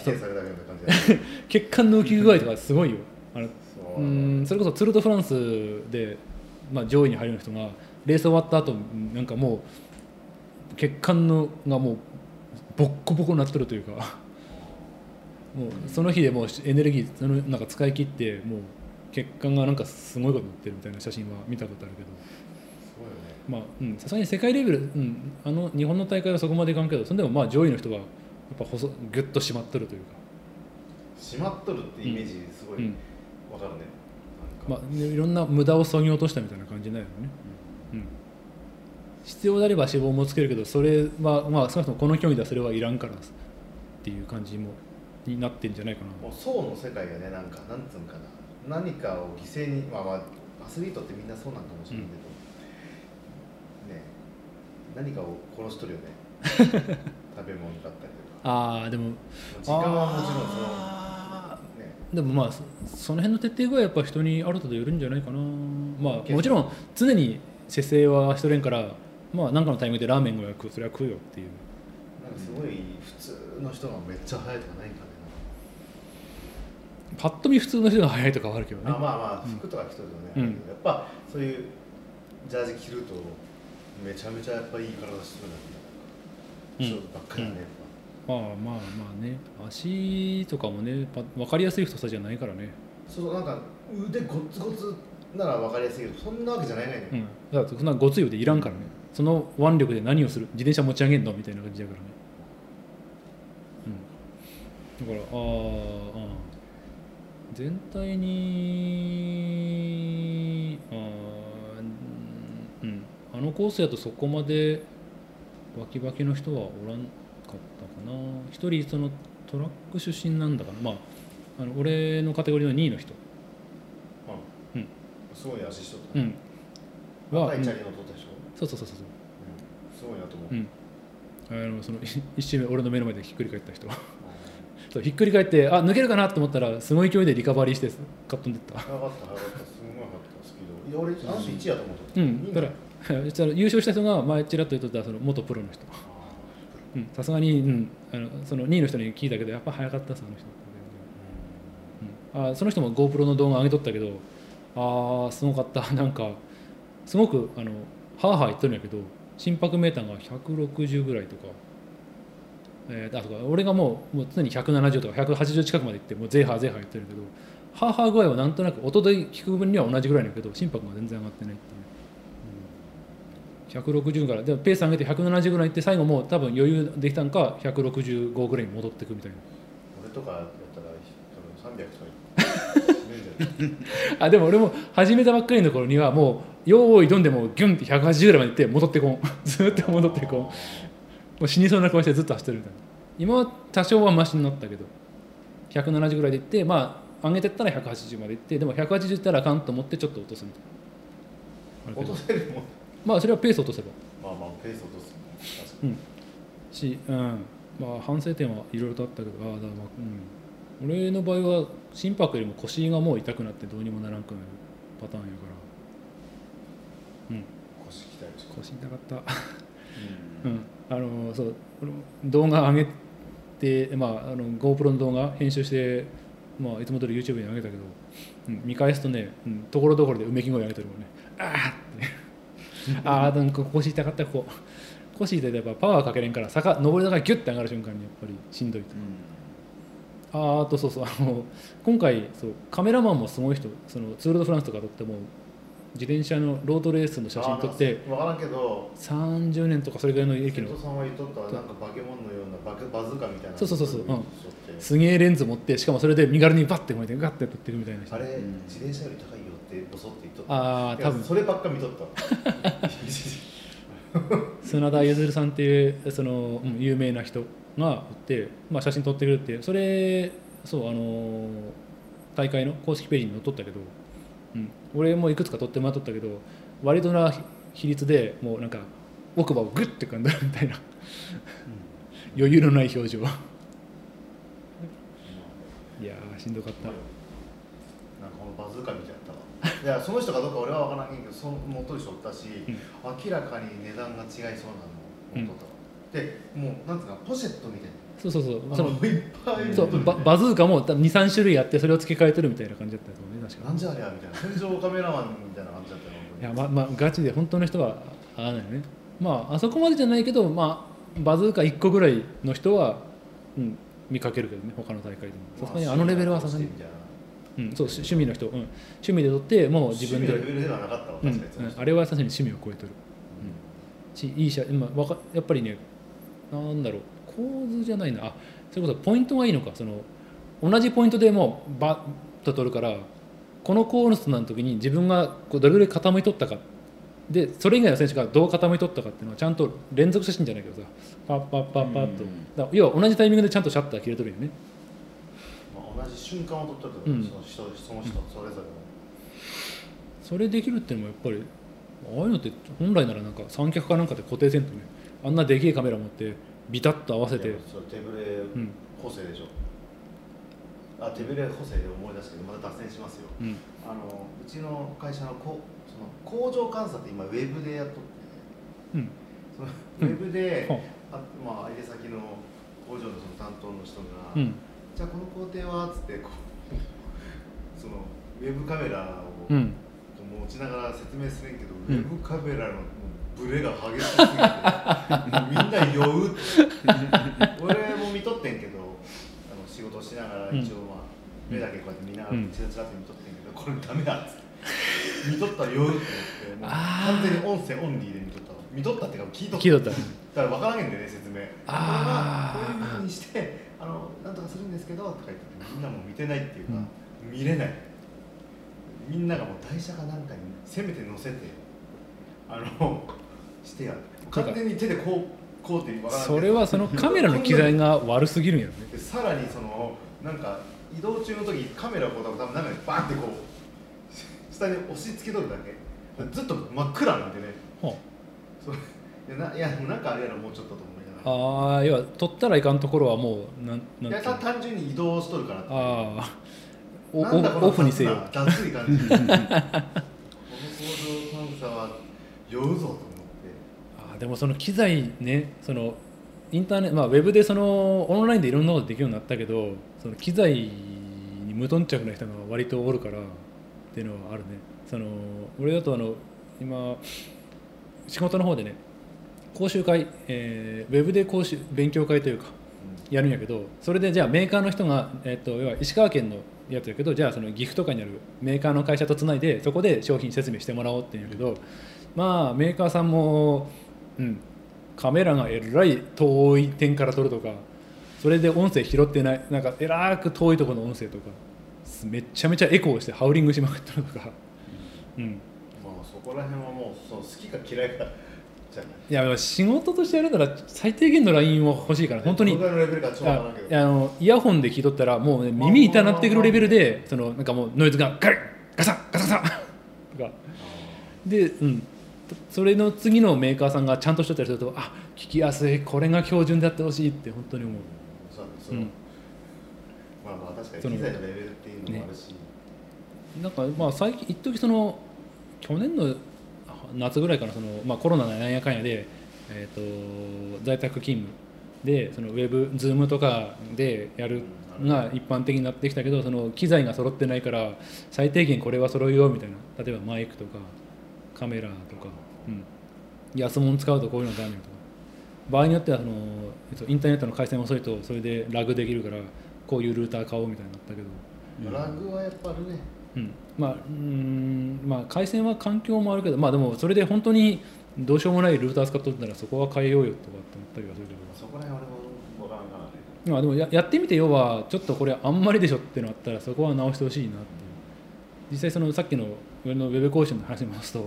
血管の浮き具合とかすごいよ。それこそツール・ド・フランスで、まあ、上位に入る人がレース終わった後なんかもう血管のがもうボッコボコになってるというか、もうその日でもうエネルギーなんか使い切ってもう血管がなんかすごいことになってるみたいな写真は見たことあるけど、まあさすがに世界レベル、日本の大会はそこまでいかんけど、それでもまあ上位の人がやっぱギュッと締まっとるというか、 締まっとるってイメージすごいわかるね。 まあいろんな無駄を削ぎ落としたみたいな感じになるよね。必要であれば脂肪もつけるけど、それはまあ少なくともこの競技ではそれはいらんからっていう感じもになってんじゃないかな。 もう層の世界がね、なんかなんつうんかな、何かを犠牲に、まあアスリートってみんなそうなんかもしれないけど、ね、何かを殺しとるよね。食べ物だったりとか。 でも時間はもちろんその、 でもまあその辺の徹底具合はやっぱ人にある程度よるんじゃないかな。まあもちろん常に節制はしとれんから、まあ何かのタイミングでラーメンを焼く、それは食うよっていう。 なんかすごい普通の人がめっちゃ速いとかないかね。 パッと見普通の人が速いとかはあるけどね。 まあまあ服とか着とるとね、やっぱそういうジャージ着るとめちゃめちゃやっぱいい体してるなって人ばっかりだね。 まあね、足とかもね分かりやすい太さじゃないからね。 そう、なんか腕ゴツゴツなら分かりやすいけど、そんなわけじゃないね。 だからそんなごつい腕いらんからね。その腕力で何をする、自転車持ち上げんのみたいな感じだからね。だから全体にあのコースやとそこまでバキバキの人はおらんかったかな。一人そのトラック出身なんだから、まあ俺のカテゴリーの2位の人、 すごい足しとった。赤いチャリの取ったでしょ。そう。すごいなと思う。その一瞬俺の目の前でひっくり返った人そうひっくり返って抜けるかなと思ったらすごい勢いでリカバリーしてカットンでった。 早かったすごい早かったスピード。俺あの人1位やと思った。 だから優勝した人が前ちらっと言っとったその元プロの人。さすがに、その2位の人に聞いたけどやっぱ早かったさあの人。その人も GoPro の動画上げとったけど、すごかった。なんかすごくハーハー言っとるんやけど、心拍メーターが160ぐらいとか、俺がもう常に170とか180近くまでいってもうゼーハー言ってるけど、ハーハー具合はなんとなく音で聞く分には同じぐらいだけど心拍が全然上がってないっていう。160からでペース上げて170ぐらいいって最後もう多分余裕できたんか165ぐらいに戻ってくみたいな。 俺とかやったら多分300とかでも俺も始めたばっかりの頃にはもう用意どんでもギュンって180ぐらいまでいって戻ってこんずっと戻ってこん、もう死にそうな顔してずっと走ってるみたいな。今は多少はマシになったけど170ぐらいでいって、まあ上げてったら180までいって、でも180いったらあかんと思ってちょっと落とすみたいな。 落とせるもん。 まあそれはペース落とせばペース落とすまあ反省点はいろいろとあったけど俺の場合は心拍よりも腰がもう痛くなってどうにもならんくなるパターンやから腰痛かったそう動画上げて、GoPro の動画編集して、いつも通り YouTube に上げたけど、見返すとね、ところどころでうめき声上げてるもんね。なんか腰痛かった。腰痛いとやっぱパワーかけれんから上り坂がギュッて上がる瞬間にやっぱりしんどいと。今回カメラマンもすごい人、そのツール・ド・フランスとか撮っても自転車のロードレースの写真撮って分からんけど 30年とかそれぐらいの駅の瀬戸さんは言っとったなんかバケモンのようなバズーカみたいな。 すげえレンズ持って、しかもそれで身軽にバッてこうやってガッて撮ってるみたいな人。 あれ自転車より高いよってボソって言っとった。 多分そればっか見とった。 砂田譲さんっていうその有名な人がおって、写真撮ってくれるって、それ大会の公式ページに載っとったけど、 俺もいくつか取ってもらっとったけど割とな比率でもうなんか奥歯をグッて噛んだみたいな余裕のない表情いやーしんどかった。 なんかこのバズーカみたいなったわいやその人かどうか俺は分からんけどその持っとる人おったし、明らかに値段が違いそうなの持っとったわ、でもうなんつうかポシェットみたいなそうそのいっぱいそうバズーカも 2,3 種類あってそれを付け替えてるみたいな感じだったと思うね確か。 なんじゃありゃみたいな戦場カメラマンみたいな感じだったの。 いやガチで本当の人は合わないよね。あそこまでじゃないけどバズーカ1個ぐらいの人は、見かけるけどね他の大会でもさすがにあのレベルはさすがにそう趣味の人、趣味で取ってもう自分で趣味のレベルではなかったわ、確かにあれはさすがに趣味を超えとる、いい写真、やっぱりねなんだろう構図じゃないなそれこそポイントがいいのか同じポイントでもうバッと取るからこのコースの時に自分がどれぐらい傾いとったかでそれ以外の選手がどう傾いとったかっていうのはちゃんと連続写真じゃないけどさパッパッパッパッと、要は同じタイミングでちゃんとシャッター切れとるよね。 同じ瞬間を撮ったってこと、その人それぞれそれできるっていうのもやっぱりああいうのって本来ならなんか三脚かなんかで固定せんとねあんなでけえカメラ持ってビタッと合わせて手ぶれ補正でしょ、手ぶれ補正で思い出すけどまた脱線しますよ、うちの会社のその工場監査って今ウェブでやっとって、そのウェブで、相手先の工場のその担当の人が、じゃあこの工程はっつってそのウェブカメラを持ちながら説明するんけど、ウェブカメラのブレが激しすぎてみんな酔う俺も見とってんけど仕事しながら一応目だけこうやって見ながらチラチラって見とってんけど、これダメだっつって見とったら酔うって思ってもう完全に音声オンリーで見とった見とったっていうか聞いとっただから分からんげんだよね説明これはこういうふうにしてなんとかするんですけどとか言ってみんなもう見てないっていうか、見れない。みんながもう台車かなんかにせめて乗せてしてやる完全に手でこうって分からない。 それはそのカメラの機材が悪すぎるんやろね。 でさらになんか移動中の時カメラを多分中にバンってこう下に押し付けとるだけずっと真っ暗なんでね、いやなんかあれやろもうちょっとと思いながら要は撮ったらいかんところはもういや単純に移動しとるからってなんだこのオフにせよ雑い感じこの工場監査は酔うぞと思ってでもその機材ねインターネットウェブでオンラインでいろんなことできるようになったけどその機材に無頓着な人が割とおるからっていうのはあるね。俺だと今仕事の方でね講習会、ウェブで勉強会というかやるんやけどそれでじゃあメーカーの人が、要は石川県のやつやけどじゃあその岐阜とかにあるメーカーの会社とつないでそこで商品説明してもらおうっていうんやけどメーカーさんもカメラがえらい遠い点から撮るとかそれで音声拾ってないなんかえらく遠いところの音声とかめちゃめちゃエコーしてハウリングしまくってるとか、 そこら辺はもう好きか嫌いかじゃない。 いや仕事としてやるなら最低限のラインは欲しいから本当にイヤホンで聞いとったらもう、ね、耳痛なってくるレベルでなんかもうノイズがガリッガサッガサッガサッとかで、それの次のメーカーさんがちゃんとしとったりすると聞きやすいこれが標準であってほしいって本当に思う。 確かに機材のレベルっていうのもあるし、 なんか最近一時去年の夏ぐらいからコロナのなんやかんやで、在宅勤務でウェブズームとかでやるのが一般的になってきたけど機材が揃ってないから最低限これは揃うよみたいな例えばマイクとかカメラとか、安物使うとこういうのダメとか場合によってはインターネットの回線遅いとそれでラグできるからこういうルーター買おうみたいになったけど、 ラグはやっぱあるね。 回線は環境もあるけどでもそれで本当にどうしようもないルーター使っとったらそこは変えようよとかって思ったりはするけどそこら辺俺も分からんかな。 でもやってみて要はちょっとこれあんまりでしょってのあったらそこは直してほしいなっていう実際さっきのウェブ講習の話に回すと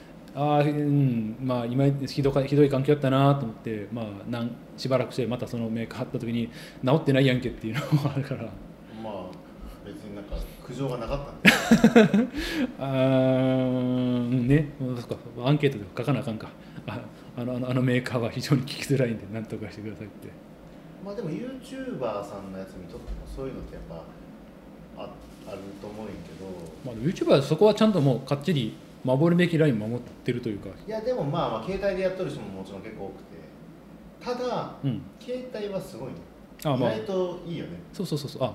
今ひどい環境だったなと思ってしばらくしてまたそのメーカーあった時に直ってないやんけっていうのがあるからい別になんか苦情がなかったんでね、そうかアンケートで書かなあかんかあのメーカーは非常に聞きづらいんで何とかしてくださいって。 まあでも YouTuber さんのやつ見とってもそういうのってやっぱあると思うんやけど、 まあ、YouTuber はそこはちゃんともうかっちり守るべきライン守ってるというか。 いやでもまあ携帯でやっとる人ももちろん結構多くて、ただ、携帯はすごいね、意外といいよね。 そう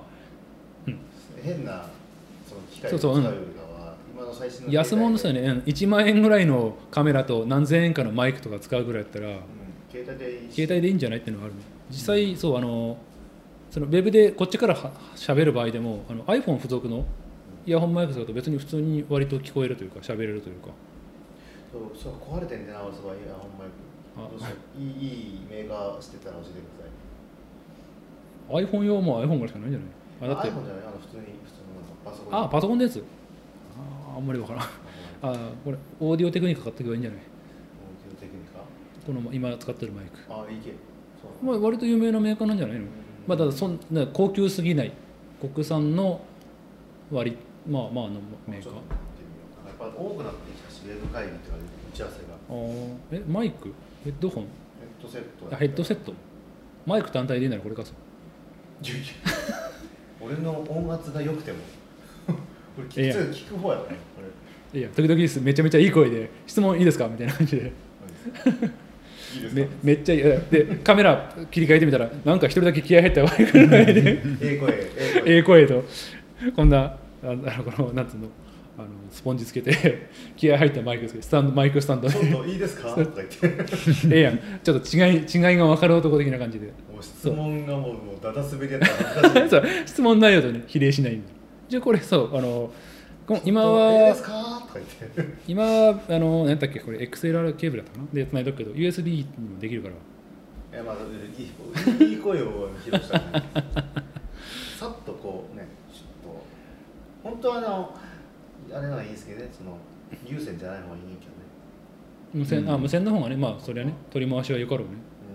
変なその機械を使うよりかは、今の最新の安物ですよね。1万円ぐらいのカメラと何千円かのマイクとか使うぐらいだったら、 携帯でいいし、 携帯でいいんじゃないっていうのがあるね。実際そうそのウェブでこっちから喋る場合でもiPhone 付属のイヤホンマイクだと別に普通に割と聞こえるというか喋れるというか。 そう壊れてんでな、俺そばイヤホンマイク。どうしよう、いいメーカーしてたら教えてください。 iPhone 用も iPhone ぐらいしかないんじゃない？だって iPhone じゃない、普通のパソコン。 パソコンのやつ。あんまり分からん。これオーディオテクニカ買っておけばいいんじゃない？ オーディオテクニカ、 この今使ってるマイク。 いいけ。 まあ割と有名なメーカーなんじゃないの？まあただそんな高級すぎない国産のまあのメーカー。 やっぱ多くなってきたし、ウェブ会議って打ち合わせが。 マイク？ヘッドホン？ ヘッドセット。 ヘッドセット。マイク単体でいいならこれかそう。 俺の音圧が良くてもこれ聞く方やろね、これ。 いや時々です、めちゃめちゃいい声で質問いいですかみたいな感じでめっちゃいいでカメラ切り替えてみたらなんか一人だけ気合入ったマイクの前でええ声とこんなこのなんつうのスポンジつけて気合入ったマイクつけてマイクスタンドでちょっといいですかとか言ってええやん、ちょっと違いが分かる男的な感じで、 もう質問がもうダダ滑りやったら恥ずかしいそう質問内容とね比例しないんで、じゃあこれそう今は今何やったっけこれ XLR ケーブルだったかなで繋いどくけど USB にもできるから、 いやまあいい声を披露したねさっとこうねちょっと本当はあれならいいですけどね、その有線じゃない方がいいけどね。 無線の方がね、まあそれはね取り回しはよかろうね。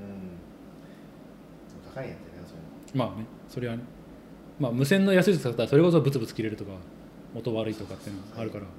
高いんやってね、それ。 まあね、それはね、まあ無線の安いやつだったらそれこそブツブツ切れるとか音悪いとかっていうのがあるから、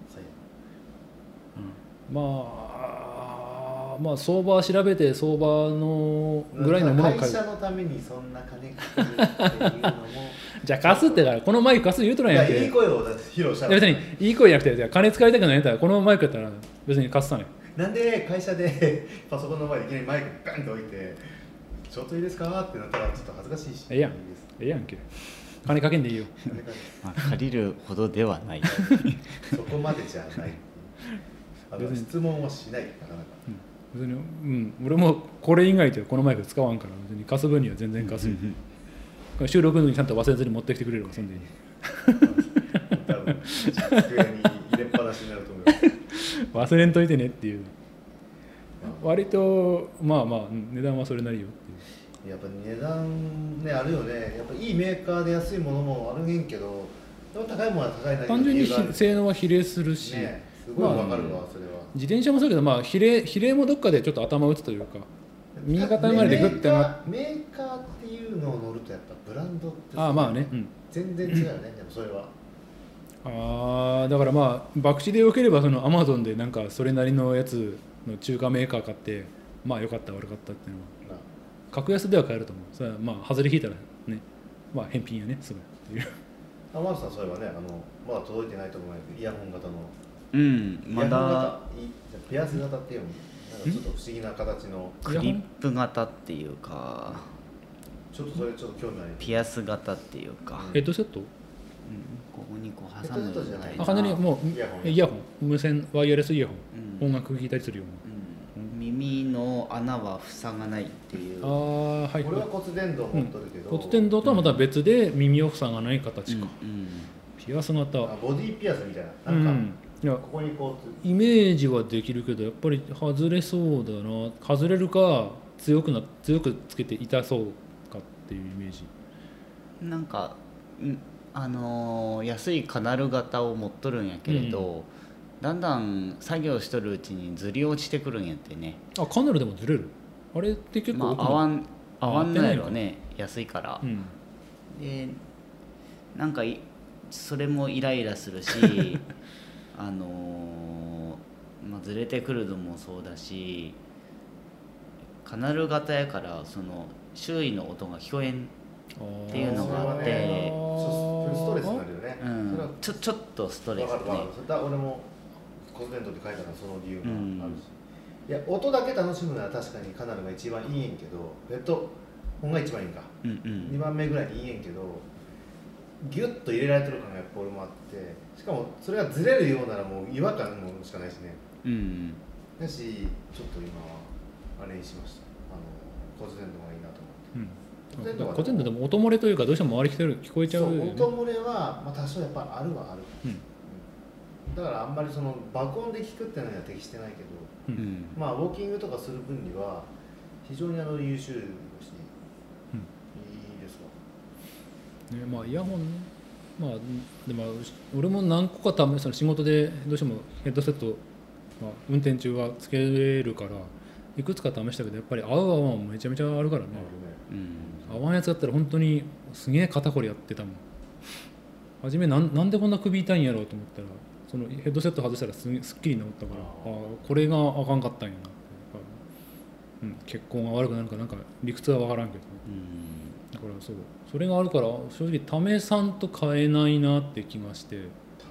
まあ相場調べて相場のぐらいのものを会社のためにそんな金かけるっていうのもじゃあ貸すってからこのマイク貸す言うとらんやんけ。 いい声を披露したら別にいい声じゃなくて金使いたくないんやったらこのマイクやったら別に貸すたね。 なんで会社でパソコンの前でいきなりマイクバンと置いてちょっといいですかってなったらちょっと恥ずかしいし、 ええやんけ、金かけんでいいよ借りるほどではないそこまでじゃない質問はしない、なかなか。 別に、俺もこれ以外でこのマイク使わんから別に貸す分には全然貸すよ収録のにちゃんと忘れずに持ってきてくれればそんでいい多分机に入れっぱなしになると思う忘れんといてねっていう、割とまあ値段はそれなりよっていう。 やっぱ値段ねあるよね。やっぱいいメーカーで安いものもあるへんけど、でも高いものは高いなり単純に性能は比例するし、 ね、すごいわかるわ、それは。 自転車もそうだけど、比例もどっかでちょっと頭打つというか右肩までグッてなメーカーっていうのを乗るとやっぱブランドってまあね、 全然違うよね、でもそれは。 だから博打でよければそのアマゾンでなんかそれなりのやつの中華メーカー買って良かった悪かったっていうのは格安では買えると思う。それは外れ引いたらね返品やねすぐっていう。 マルさんそういえばねまだ届いてないと思うけどイヤホン型のまだピアス型っていうのなんかちょっと不思議な形のクリップ型っていうかちょっとそれちょっと興味ある。 ピアス型っていうかヘッドセット？ ここにこう挟むみたいな。 完全にもうイヤホン無線ワイヤレスイヤホン、音楽聴いたりするような、耳の穴は塞がないっていう。 これは骨伝導持っとるけど、 骨伝導とはまた別で耳を塞がない形か、ピアス型ボディピアスみたいな、なんかここにこうイメージはできるけどやっぱり外れそうだな。外れるか強くつけて痛そうかっていうイメージ。 なんか安いカナル型を持っとるんやけれど、だんだん作業しとるうちにずり落ちてくるんやってね。 カナルでもずれる？あれって結構合わんのやろね、安いから、でなんかそれもイライラするしずれてくるのもそうだし、カナル型やからその周囲の音が聞こえんっていうのがあって、 ストレスになるよね、 ちょっとストレスね。 俺もコンテンツで書いたのはその理由があるし、いや音だけ楽しむなら確かにカナルが一番いいんけど、ヘッドホンが一番いいんか、2番目ぐらいにいいんけど、ギュッと入れられてる感がやっぱ俺もあって、しかもそれがずれるようならもう違和感もしかないしね、だしちょっと今はあれにしました、骨伝導がいいなと思って、 骨伝導でも音漏れというかどうしても周り来てる聞こえちゃうよね。 音漏れは、多少やっぱあるはある、だからあんまりその爆音で聞くっていうのには適してないけど、ウォーキングとかする分には非常に優秀だし、 イヤホンね、でも俺も何個かその仕事でどうしてもヘッドセット、運転中はつけれるからいくつか試したけど、やっぱり合う合わんめちゃめちゃあるからね。合わんやつだったら本当にすげえ肩こりやってたもん。初めなんでこんな首痛いんやろうと思ったら、そのヘッドセット外したらすっきり治ったから、これがあかんかったんやな、血行が悪くなるかなんか理屈は分からんけど、だからそれがあるから正直タメさんと変えないなって気がして、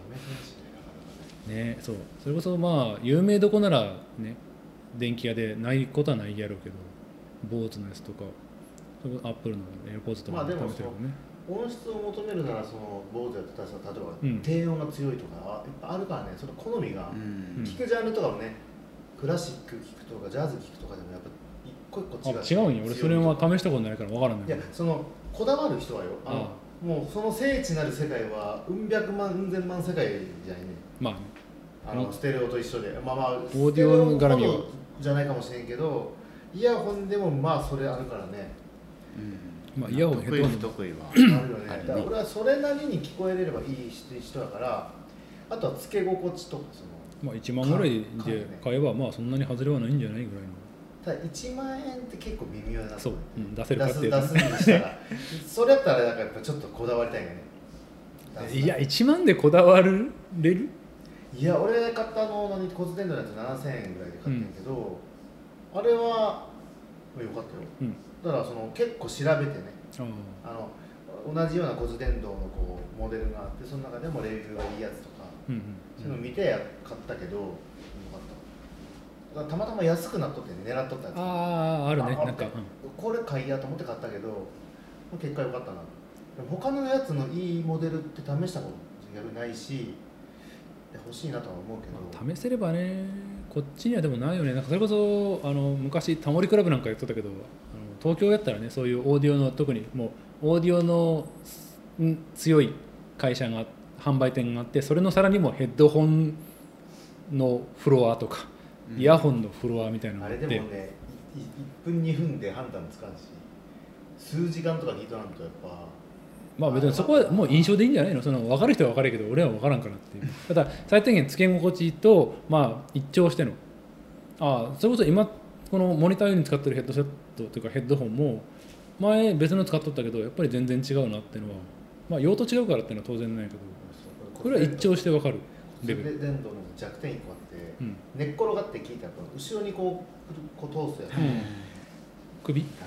ね、それこそ有名どこならね電気屋でないことはないやろうけど、坊主のやつとかアップルのエアポーズとかでも音質を求めるならその坊主やってたら例えば低音が強いとかいっぱいあるからね、その好みが、聴くジャンルとかもね、クラシック聴くとかジャズ聴くとかでもやっぱ一個一個違うんよ。俺それは試したことないから分からない。 いや、そのこだわる人はよ、もうその聖地なる世界は百万うん千万世界じゃないね。ステレオと一緒で、オーディオ絡みはじゃないかもしれんけど、イヤホンでもそれあるからね。 イヤホンヘッドホン得意はあるよね。だから俺はそれなりに聞こえれればいい人だから、あとはつけ心地とか 1万ぐらいで買えばそんなに外れはないんじゃないぐらいの。 ただ1万円って結構微妙な、 そう、出せるかっていう出すにしたらそれやったらやっぱちょっとこだわりたいよね。 いや1万でこだわれる？ いや俺買った骨伝導のやつ7000円ぐらいで買ったんやけど、あれはよかったよ、だから結構調べてね、同じような骨伝導のモデルがあって、その中でもレビューがいいやつとか、そういうの見て買ったけどよかった。たまたま安くなっとって狙っとったやつ、 あるね、なんか、 これ買いやと思って買ったけど結果良かったな。でも他のやつのいいモデルって試したこと逆にないし、欲しいなとは思うけど、試せればね。こっちにはでもないよね。なんかそれこそ昔タモリクラブなんかやってたけど、東京やったらね、そういうオーディオの特にもうオーディオの強い会社が販売店があって、それのさらにもヘッドホンのフロアとか、イヤホンのフロアみたいなのがあって、 あれでもね、1分2分で判断つかんし、数時間とか聞いとらんとやっぱ。 別にそこはもう印象でいいんじゃないの。分かる人は分かるけど俺は分からんからっていう。ただ最低限つけ心地と一聴してのそれこそ今このモニター用に使ってるヘッドセットというかヘッドホンも前別の使っとったけどやっぱり全然違うなっていうのは用途違うからっていうのは当然ないけど、これは一聴して分かるレベル。 骨伝導の弱点1個あって、寝っ転がって聞いたら後ろにこう通すやつ、 首ね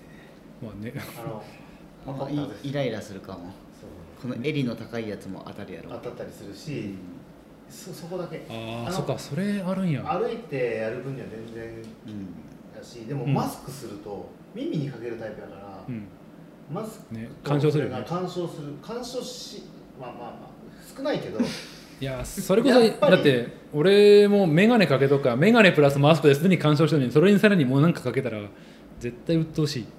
イライラするかも。この襟の高いやつも当たるやろ。 当たったりするし、そこだけ。 そっか、それあるんや。 歩いてやる分には全然だし、でもマスクすると耳にかけるタイプだから、マスク干渉するよね。 干渉し、少ないけど。 いやそれこそだって俺もメガネかけとかメガネプラスマスクですでに干渉してるのに、それにさらにもうなんかかけたら絶対鬱陶しい。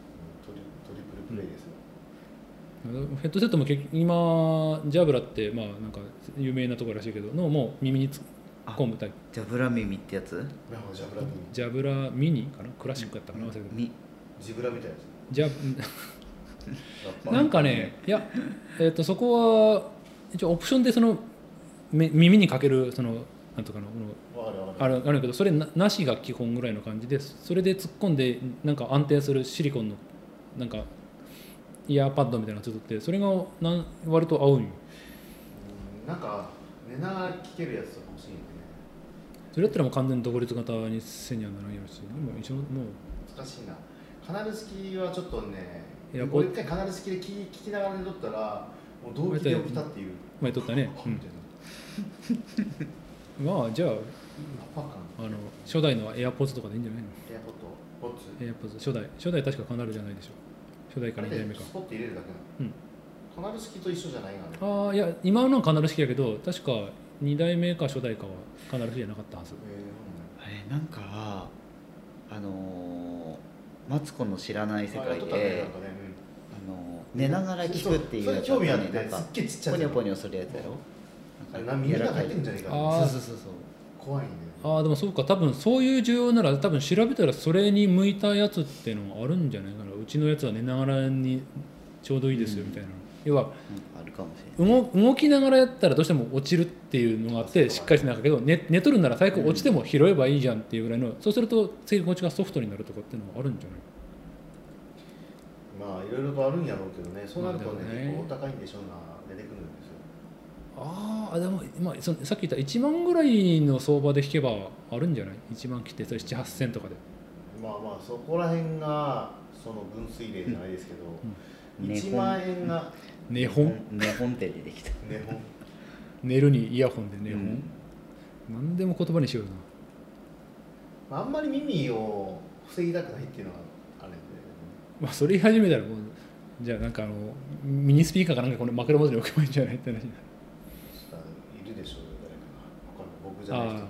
ヘッドセットも今ジャブラってなんか有名なところらしいけどのもう耳に突っ込むタイプ。 ジャブラ耳ってやつ？ ジャブラミニかな、クラシックやったかな、忘れてる。 ジブラみたいなやつ。なんかね、いやそこは一応オプションで耳にかけるなんとかのあるけど、それなしが基本ぐらいの感じで、それで突っ込んでなんか安定するシリコンのなんかイヤーパッドみたいなのついてて、それが割と合うんよ。 なんか寝ながら聴けるやつとか欲しいんでね。 それだったらもう完全に独立型にせにはならんやろし、でも一応もう難しいな。カナル式はちょっとね、 いや俺一回カナル式で聴きながら寝とったらもう動機で起きたっていう前撮ったね、まあじゃあ初代のエアポッズとかでいいんじゃないの？ エアポッドポッツエアポッズ初代確かカナルじゃないでしょ。初代から2代目か。 スポット入れるだけなの。カナル式と一緒じゃないがね。ああいや今のはカナル式やけど確か2代目か初代かはカナル式じゃなかったはず。 なんかマツコの知らない世界で寝ながら聞くっていうやつ興味あってすっげえちっちゃいポニョポニョするやつやろ。 耳の中入ってんじゃねえか。 そう怖いね。 ああでもそうか、多分そういう需要なら多分調べたらそれに向いたやつっていうのがあるんじゃないかな。うちのやつは寝ながらにちょうどいいですよみたいな、要はあるかもしれない。 動きながらやったらどうしても落ちるっていうのがあってしっかりしなかったけど、寝とるなら最悪落ちても拾えばいいじゃんっていうぐらいの、そうするとつけ心地がソフトになるとかっていうのがあるんじゃない。 まあいろいろとあるんやろうけどね、そうなるとね、結構高いんでしょうな、出てくるんですよ。 ああでも、まあ、さっき言った1万ぐらいの相場で引けばあるんじゃない。1万切ってそれ7、8千とかで。 まあまあそこら辺がその分水嶺じゃないですけど、1万円が寝本って出てきた。 寝るにイヤホンで寝本、何でも言葉にしようよな。あんまり耳を防ぎたくないっていうのはあるんで、 まあそれ言い始めたらもうじゃあなんかミニスピーカーかなんかこの枕元に置けばいいんじゃないって話になる。 いるでしょう誰かが、他の僕じゃない人が。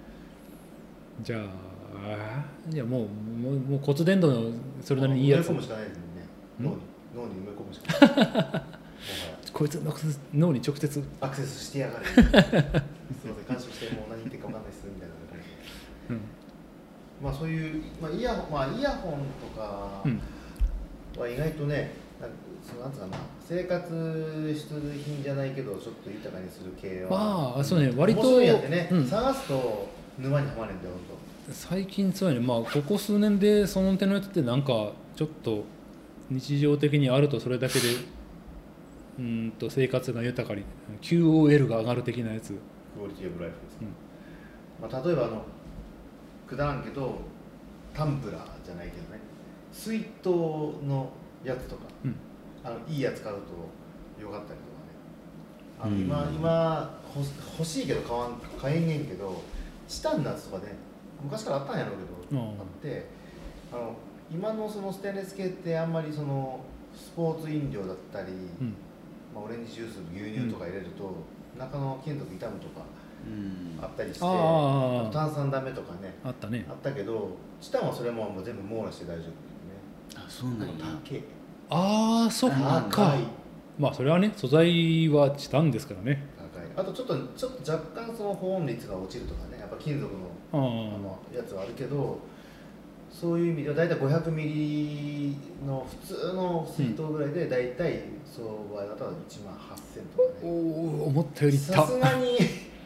じゃあもう骨伝導のそれなりにいいやつ。 埋め込むしかないですもんね。脳に埋め込むしかない。 こいつ脳に直接アクセスしてやがる。すみません、干渉してもう何言ってるか分かんないですみたいな感じで。まあそういうイヤホンとかは意外とね、なんつうかな、生活必需品じゃないけどちょっと豊かにする系は。 まあそうね、割と面白いやってね、探すと沼にはまれんだよ本当。 最近そうやね、まあここ数年でその手のやつってなんかちょっと日常的にあるとそれだけで生活が豊かに QOL が上がる的なやつ。 クオリティオブライフですね。まあ例えばくだらんけどタンブラーじゃないけどね、水筒のやつとか、いいやつ買うとよかったりとかね。今欲しいけど買えんねんけど、チタンのやつとかね、昔からあったんやろうけど、あって今のそのステンレス系ってあんまりそのスポーツ飲料だったり、オレンジジュース牛乳とか入れると、中の金属傷むとかあったりして、炭酸ダメとかねあったけど、チタンはそれも全部網羅して大丈夫ですよね。 あ、そうなんや。 ああそっか。まあそれはね、素材はチタンですからね。 あとちょっと若干その保温率が落ちるとかね、やっぱ金属のやつはあるけど、そういう意味では大体500ミリの普通の水筒ぐらいで大体相場だったら1万8000とかね。 思ったよりさすがに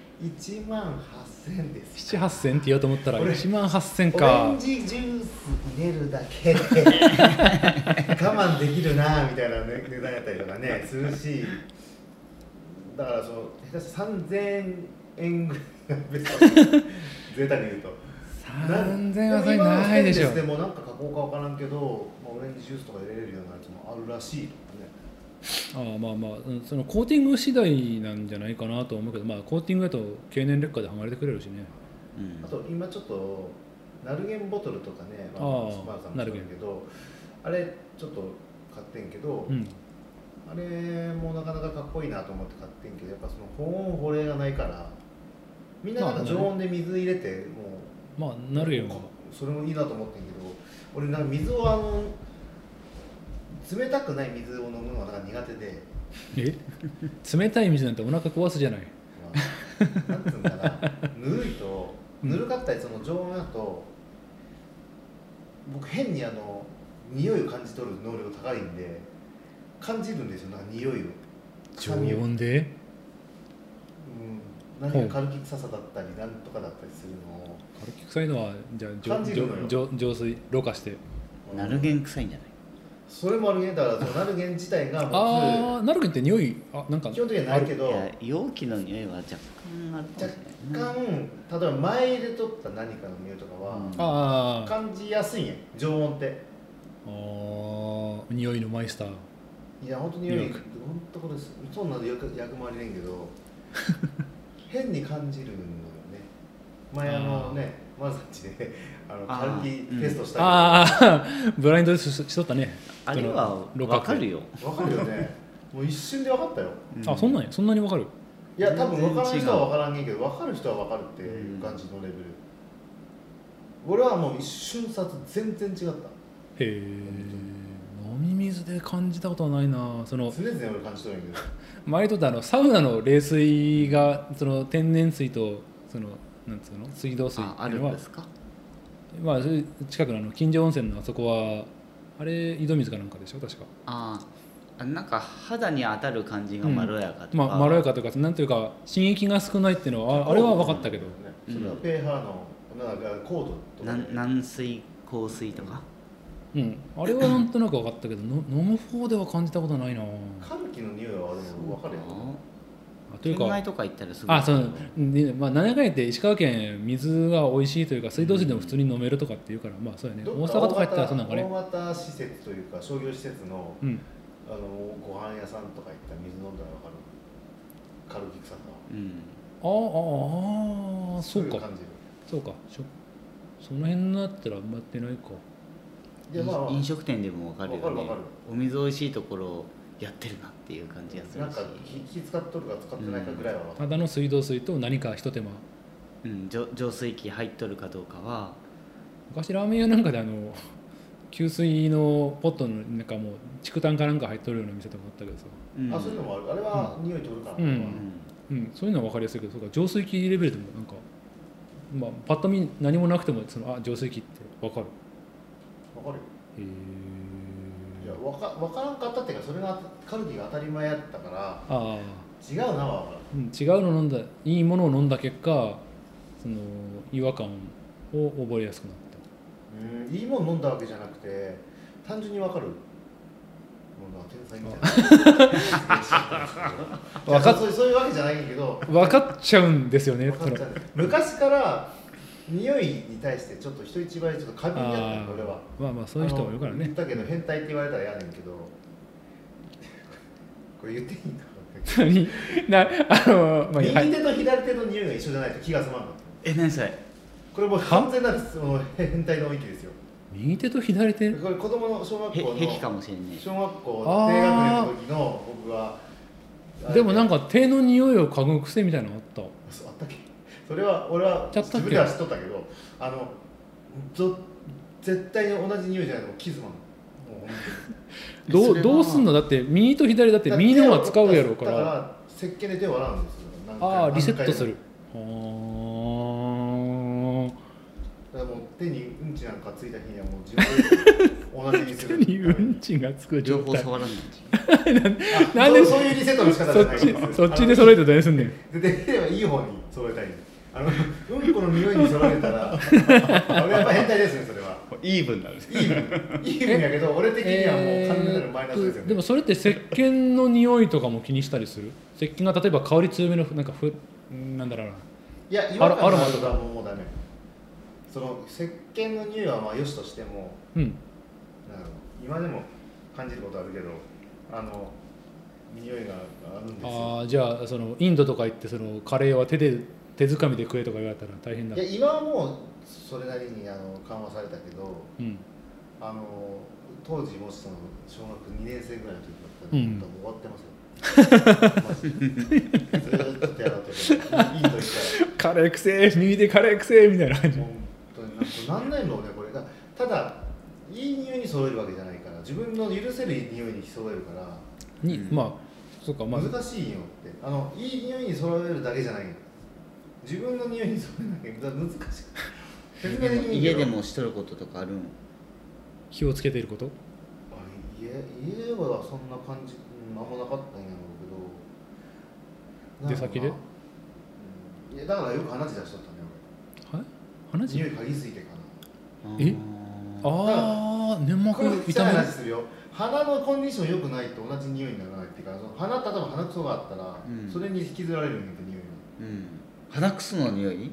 1万8000です。 7、8000って言おうと思ったら1万8000か。 オレンジジュース入れるだけで我慢できるなみたいな値段やったりとかねするし、だから下手したら3000円ぐらいベスト贅沢に言うと 3000はそれないでしょ。 でもなんか加工か分からんけど、オレンジジュースとか入れれるようなやつもあるらしいとかね。 まあそのコーティング次第なんじゃないかなと思うけど、まあコーティングだと経年劣化で剥がれてくれるしね。 あと今ちょっとナルゲンボトルとかね、スパーさんもそうだけど、あれちょっと買ってんけど、あれもなかなかかっこいいなと思って買ってんけど、やっぱその保温保冷がないから、みんななんか常温で水入れてもうなるよ。 それもいいなと思ってんけど、俺なんか水を冷たくない水を飲むのがなんか苦手で。 冷たい水なんてお腹壊すじゃない。 なんつうんかな、ぬるかったりその常温だと、僕変に匂いを感じ取る能力高いんで感じるんですよ、なんか匂いを。 常温で？ 何かカルキ臭さだったりなんとかだったりするのを。 カルキ臭いのはじゃあ浄水ろ過して。 ナルゲン臭いんじゃない？ それもあるね。だからそのナルゲン自体がああ、ナルゲンって匂いなんか基本的にはないけど、 いや容器の匂いは若干あるかもしれない、 若干例えば前で取った何かの匂いとかは、 あ感じやすいんや、常温って。 あ匂いのマイスター。 いや本当に匂い、本当これそんなの役回りねんけど変に感じるのよね。前ね、マルサッチでカルキテストしたけど、 ああブラインドでしとったね。 あれは分かるよ。 分かるよね。もう一瞬で分かったよ。 あ、そんなに分かる。 いや多分分からない人は分からんねんけど、分かる人は分かるっていう感じのレベル。俺はもう一瞬差全然違った。 へえ。飲み水で感じたことはないな。 常々俺感じとるんやけど。 前とってサウナの冷水がその天然水とそのなんつうの水道水ってあいうのはるんですか。 まあ近くの近所温泉のあそこはあれ井戸水かなんかでしょ確か。 なんか肌に当たる感じがまろやかとか、 まろやかというかなんていうか刺激が少ないっていうのはあれは分かったけど、 それはペーハーのなんか高度とか、 軟水硬水とか、 あれはなんとなく分かったけど飲む方では感じたことないな。 カルキの匂いはあるの分かるよ。 というか県外とか行ったらすごい。 何やかんやって石川県水が美味しいというか水道水でも普通に飲めるとかっていうからまあそうやね。大阪とか行ったらそうなんかね。 大型施設というか商業施設の、ご飯屋さんとか行ったら水飲んだら分かる。カルキ臭さ。 そうか。 感じる。 そうか。その辺だったらあんまやってないか。 飲食店でも分かるよね。お水美味しいところやってるなっていう感じがするし、 なんか気使っとるか使ってないかぐらいは分かる。 ただの水道水と何か一手間、 浄水器入っとるかどうかは。 昔ラーメン屋なんかで給水のポットの中も竹炭かなんか入っとるような店とかあったけどさ、 そういうのもある。あれは匂い取るから、 そういうのは分かりやすいけど、そうか浄水器レベルでもなんか、パッと見何もなくても浄水器って分かる。 分かるよ。いや分からんかったっていうか、それがカルキが当たり前やったから違うなは分かる。 違うの飲んだいいものを飲んだ結果その違和感を覚えやすくなった。 いいもの飲んだわけじゃなくて単純に分かる。もう天才みたいなそういうわけじゃないけど分かっちゃうんですよね。 昔から匂いに対してちょっと人一倍ちょっと過敏になったの。俺はまあそういう人もいるからね。 言ったけど変態って言われたら嫌ねんけどこれ言っていいんだ右手と左手の匂いが一緒じゃないと気が済まんかった。 何それ。 これもう完全な変態の域ですよ。 右手と左手、 これ子供の小学校の癖かもしれない。 小学校低学年の時の僕はでもなんか手の匂いを嗅ぐ癖みたいなのあった。 あったっけ。それは俺は自分では知っとったけど絶対に同じ匂いじゃないと気づまん。 どうすんの。だって右と左だって右の方は使うやろうから。 だから石鹸で手を洗うんですよ。 リセットする。 だからもう手にうんちなんかついた日にはもう自分で同じにする。 手にうんちがつく情報触らないなんでそういうリセットの仕方じゃない。 そっちで揃えて何すんねん。 できればいい方に揃えたい。うんこの匂いに揃えたら俺やっぱ変態ですね。それはイーブンなんです。 イーブンやけど俺的にはもう完全なるマイナスですよね。 でもそれって石鹸の匂いとかも気にしたりする。石鹸が例えば香り強めのなんかなんだろうな。 いや、違和感があるからもうダメ。その石鹸の匂いはまあ良しとしても、今でも感じることあるけど、匂いがあるんですよ。 じゃあそのインドとか行ってそのカレーは手づかみで食えとか言われたら大変だ。 いや今はもうそれなりに緩和されたけど、当時もしその小学2年生ぐらいの時だったら、もう終わってますよ。ずっと手洗ってて、インド行ったらカレーくせー、右でカレーくせーみたいな感じ。 本当になんないのねこれ。ただいい匂いに揃えるわけじゃないから、自分の許せる匂いに揃えるから。 そうか、 難しいよって。いい匂いに揃えるだけじゃない。自分の匂いに揃えなきゃ難しい。 家でもしとることとかあるん。 火をつけていること。 家はそんな感じあんまなかったんやろうけど。 出先で。 いやだからよく鼻血出しとったね。 はい。鼻血。 匂い嗅ぎすぎてかな。 粘膜痛め。 するよ。 鼻のコンディション良くないと同じ匂いにならないっていうか、その鼻、例えば鼻くそがあったら、それに引きずられるんだけど匂いが、 鼻くその匂い、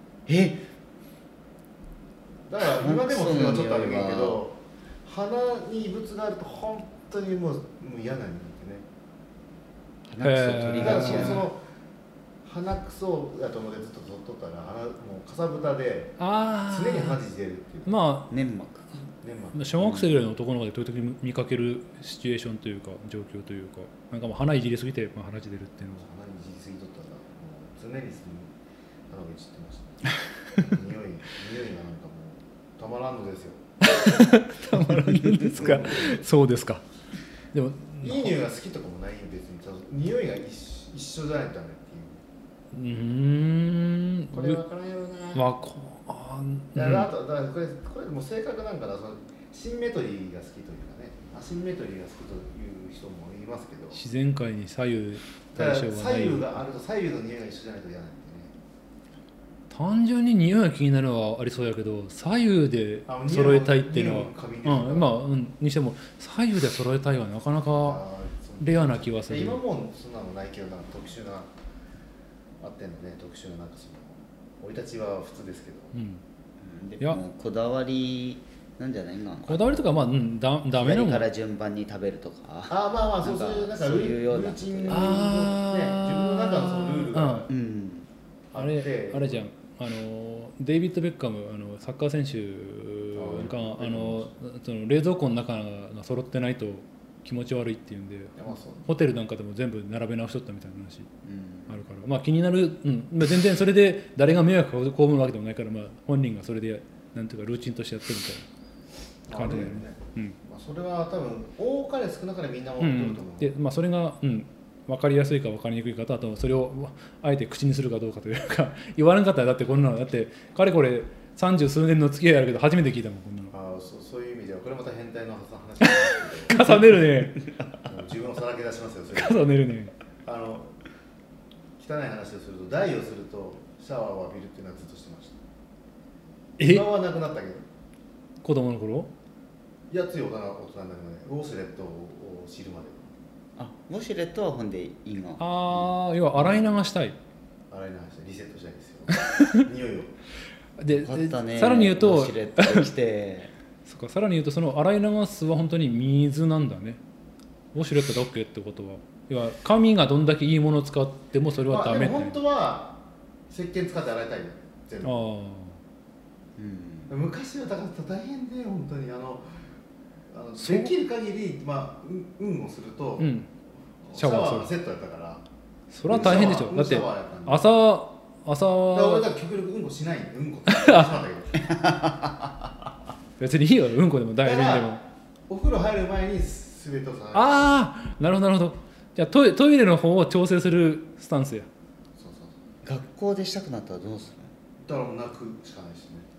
だから今でもそれはちょっとあるけど、鼻に異物があると本当にもう嫌なんだよね。 鼻くそ取りがちやその鼻くそだと思ってずっと取っとったらもうかさぶたで常に鼻血出るっていう。 まあ粘膜小学生ぐらいの男の子で時々見かけるシチュエーションというか状況というか、なんかもう鼻いじりすぎて、鼻血出るっていうのは鼻いじりすぎとったらもう常に鼻がいじってました匂いがなんかもうたまらんのですよたまらんのですかそうですか。でもいい匂いが好きとかもないよ別に。匂いが一緒じゃないとダメっていう。これ分からんやろな。あとだからこれもう性格なんかな、そのシンメトリーが好きというかね、アシンメトリーが好きという人もいますけど、 自然界に左右対称がない。左右があると左右の匂いが一緒じゃないと嫌なんでね。 単純に匂いが気になるのはありそうやけど、左右で揃えたいっていうのはにしても左右で揃えたいはなかなかレアな気はする。 今もそんなのないけど、なんか特殊なあってんのね、特殊ななんかその生い立ちは普通ですけど、 でもこだわりなんじゃないかな。 こだわりとかダメなもんから順番に食べるとか、 まあそういうようなルーチンのね、自分の中のそのルールがあれじゃん、デイビッド・ベッカムサッカー選手がその冷蔵庫の中が揃ってないと気持ち悪いっていうんで、ホテルなんかでも全部並べ直しとったみたいな話あるから、まあ気になる、全然それで誰が迷惑を被るわけでもないから、まあ本人がそれでなんていうかルーチンとしてやってるみたいな感じだよね。 それは多分多かれ少なかれみんな思ってると思う。 で、まあそれが分かりやすいか分かりにくいかと、あとそれをあえて口にするかどうかというか言わなかったら、だってこんなのだってかれこれ30数年の付き合いあるけど初めて聞いたもん、こんなの。 そういう意味ではこれまた変態の話なんですけど重ねるね自分をさらけ出しますよ。 それ重ねるね。 汚い話をすると、台をするとシャワーを浴びるっていうのはずっとしてました。今はなくなったけど。 子供の頃？ いや、つい大人になるまで、ウォシュレットを知るまで。 ウォシュレットはほんでいいの？ 要は洗い流したい。 洗い流したい、リセットしたいですよ。匂いを。 で、さらに言うと、 ウォシュレット来てそっか、さらに言うとその洗い流すは本当に水なんだね。ウォシュレットで OK ってことは、要は紙がどんだけいいものを使ってもそれはダメって。 でも本当は石鹸使って洗いたいよ、全部。昔はだから大変で、本当にできる限り運をすると、シャワーのセットやったから。 それは大変でしょ。だって朝俺だから極力うんこしないんで、うんこってしまったけど別にいいよ、うんこでも大変でも。 お風呂入る前に全てをさ、 なるほどなるほど。じゃあトイレの方を調整するスタンスや。 学校でしたくなったらどうする？ だからもう泣くしかないしね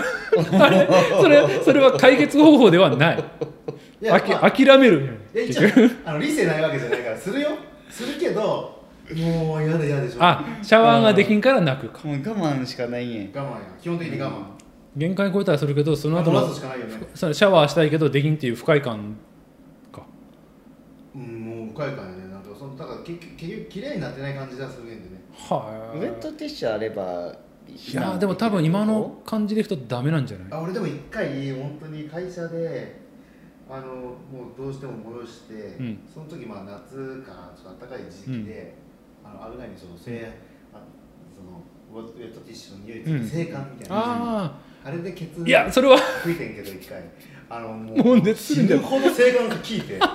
それは解決方法ではない。諦める。 理性ないわけじゃないからするけど、もう嫌でしょ。 シャワーができんから泣くか。 もう我慢しかないんや。 我慢や、基本的に我慢。 限界超えたらするけど、その後のシャワーしたいけどできんっていう不快感か。 もう不快感やね。なんかだから結局綺麗になってない感じがするんでね。 ウェットティッシュあれば。 いやでも多分今の感じでいくとダメなんじゃない？ 俺でも一回本当に会社でもうどうしても催して、その時夏かちょっと暖かい時期で、危ないにそのウェットティッシュの匂いつく静観みたいな、あれでケツ拭いてんけど一回もう死ぬほど静観が効いて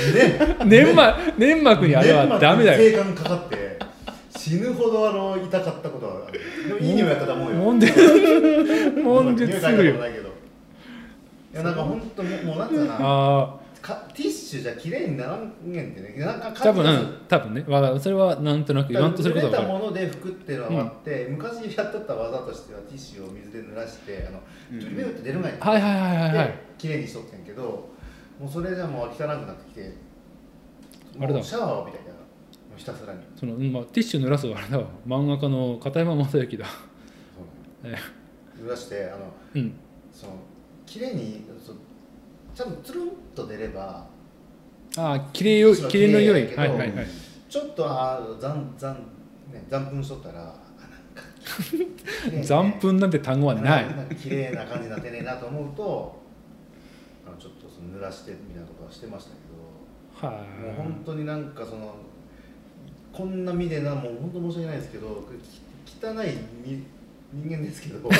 粘膜にあれはダメだよ。 静観かかって死ぬほど痛かったことはある。でもいい匂いやったと思うよ。 もんですぐよ。 いやなんか本当もうなんつうな、ティッシュじゃ綺麗にならんねんってね。なんか多分ね、それはなんとなく言わんとすることは分かる。 濡れたもので拭くっていうのはあって、昔やっとった技としてはティッシュを水で濡らしてビューって出る前に綺麗にしとってんけど、もうそれじゃもう汚くなってきて、もうシャワーを浴びたいからひたすらにティッシュ濡らすはあれだわ、漫画家の片山正幸だ。 濡らしてその綺麗にちゃんとつるんと出れば綺麗の良い、はいはいはい、 ちょっと残粉しとったらなんか残粉なんて単語はない。 綺麗な感じになってねえなと思うとちょっと濡らしてみたいなことはしてましたけど、もう本当になんかこんな見でな、もう本当申し訳ないですけど、汚い人間ですけど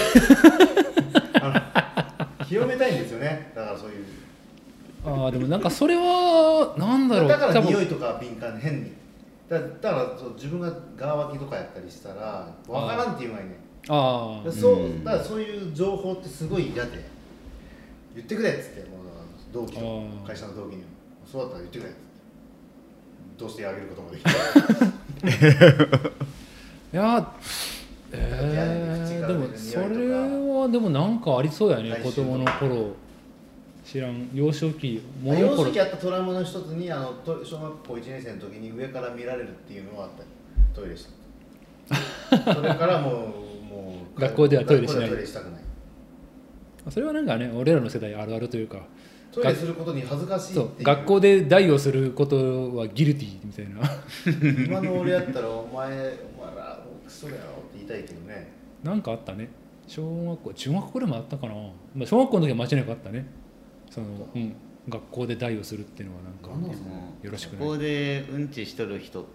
清めたいんですよね。だからそういうでもなんかそれはなんだろう、 だから匂いとか敏感に変にだから自分が側脇とかやったりしたら分からんっていう前にね、だからそういう情報ってすごい嫌で、言ってくれっつって、もう会社の同期にそうだったら言ってくれっつって、どうしてあげることもできないいやでもそれはでもなんかありそうやね、子供の頃知らん幼少期幼少期あったトラウマの一つに小学校1年生の時に上から見られるっていうのはあったり、トイレしたそれからもう学校ではトイレしない、 したくない。 それはなんかね、俺らの世代あるあるというか、 トイレすることに恥ずかしいっていう。そう、 学校で代をすることはギルティみたいな今の俺やったらお前らクソだよって言いたいけどね。 なんかあったね、小学校中学校でもあったかな、小学校の時は間違いなくあったね、学校で代をするっていうのはなんかよろしくない。 学校でうんちしとる人って、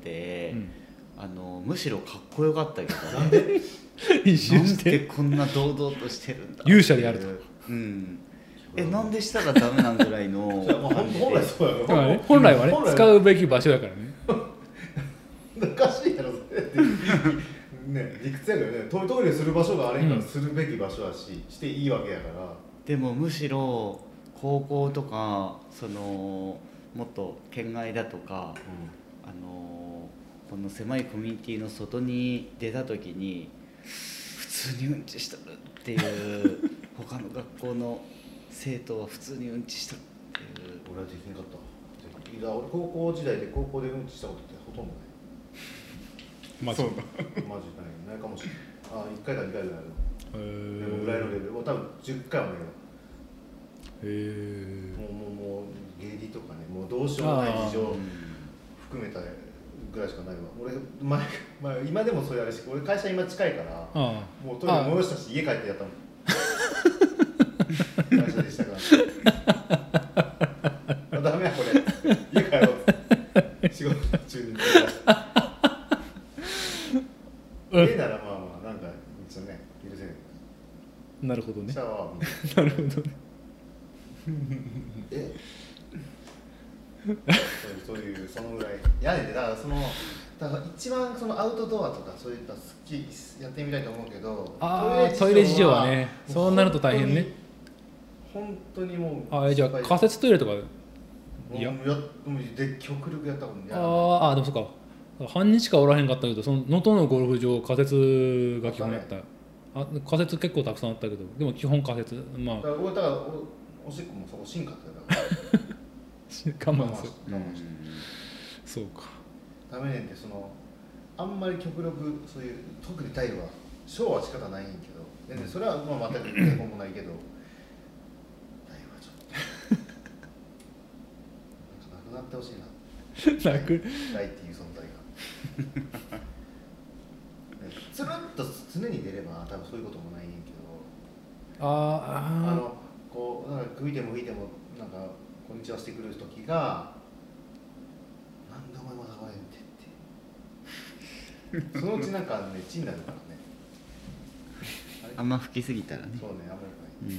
むしろかっこよかったけど、 なんで一周してなんでこんな堂々としてるんだ、 勇者であると、 なんでしたらダメなんぐらいの本来そうやろ、 本来はね使うべき場所やからねおかしいやろそれってね、理屈やけどね、トイレする場所があれからするべき場所だし、していいわけやから。 でもむしろ高校とかもっと県外だとか、この狭いコミュニティの外に出た時に普通にうんちしとるっていう他の学校の生徒は普通にうんちしとるっていう。 俺はできなかった。俺高校時代で高校でうんちしたことってほとんどない。 マジないかもしれない。1回か2回ぐらいある。でもぐらいのレベル、多分10回はないよ。もう下痢とかね、もうどうしようもない事情含めたぐらいしかないわ。俺今でもそれあれし、俺会社今近いからもうトイレ戻したし家帰ってやったもん会社でしたからダメやこれ家帰ろう仕事中に家ならなんか一応ね許せない。 なるほどね。 シャワーなるほどね。 そういうそのぐらいやねんで、だから一番アウトドアとかそういった好きやってみたいと思うけど、 トイレ事情はね、そうなると大変ね。 本当にもうじゃあ仮設トイレとか極力やったことない。 でもそっか、半日しかおらへんかったけど、能登のゴルフ場仮設が基本やった。仮設結構たくさんあったけど、でも基本仮設。 だからおしっこもそこ進化ってたから我慢する。そうか。 ダメねんってあんまり極力そういう特にタイルはショーは仕方ないんけど、でそれは全く抵抗もないけど、タイルはちょっとなくなってほしいな。タイっていう存在が。つるっと常に出れば多分そういうこともないんけど、なんか吹いてもなんかこんにちはしてくる時がなんでお前まだ来れんってそのうちなんかね血になるからねあんま吹きすぎたらね。 そうね、あんまりない、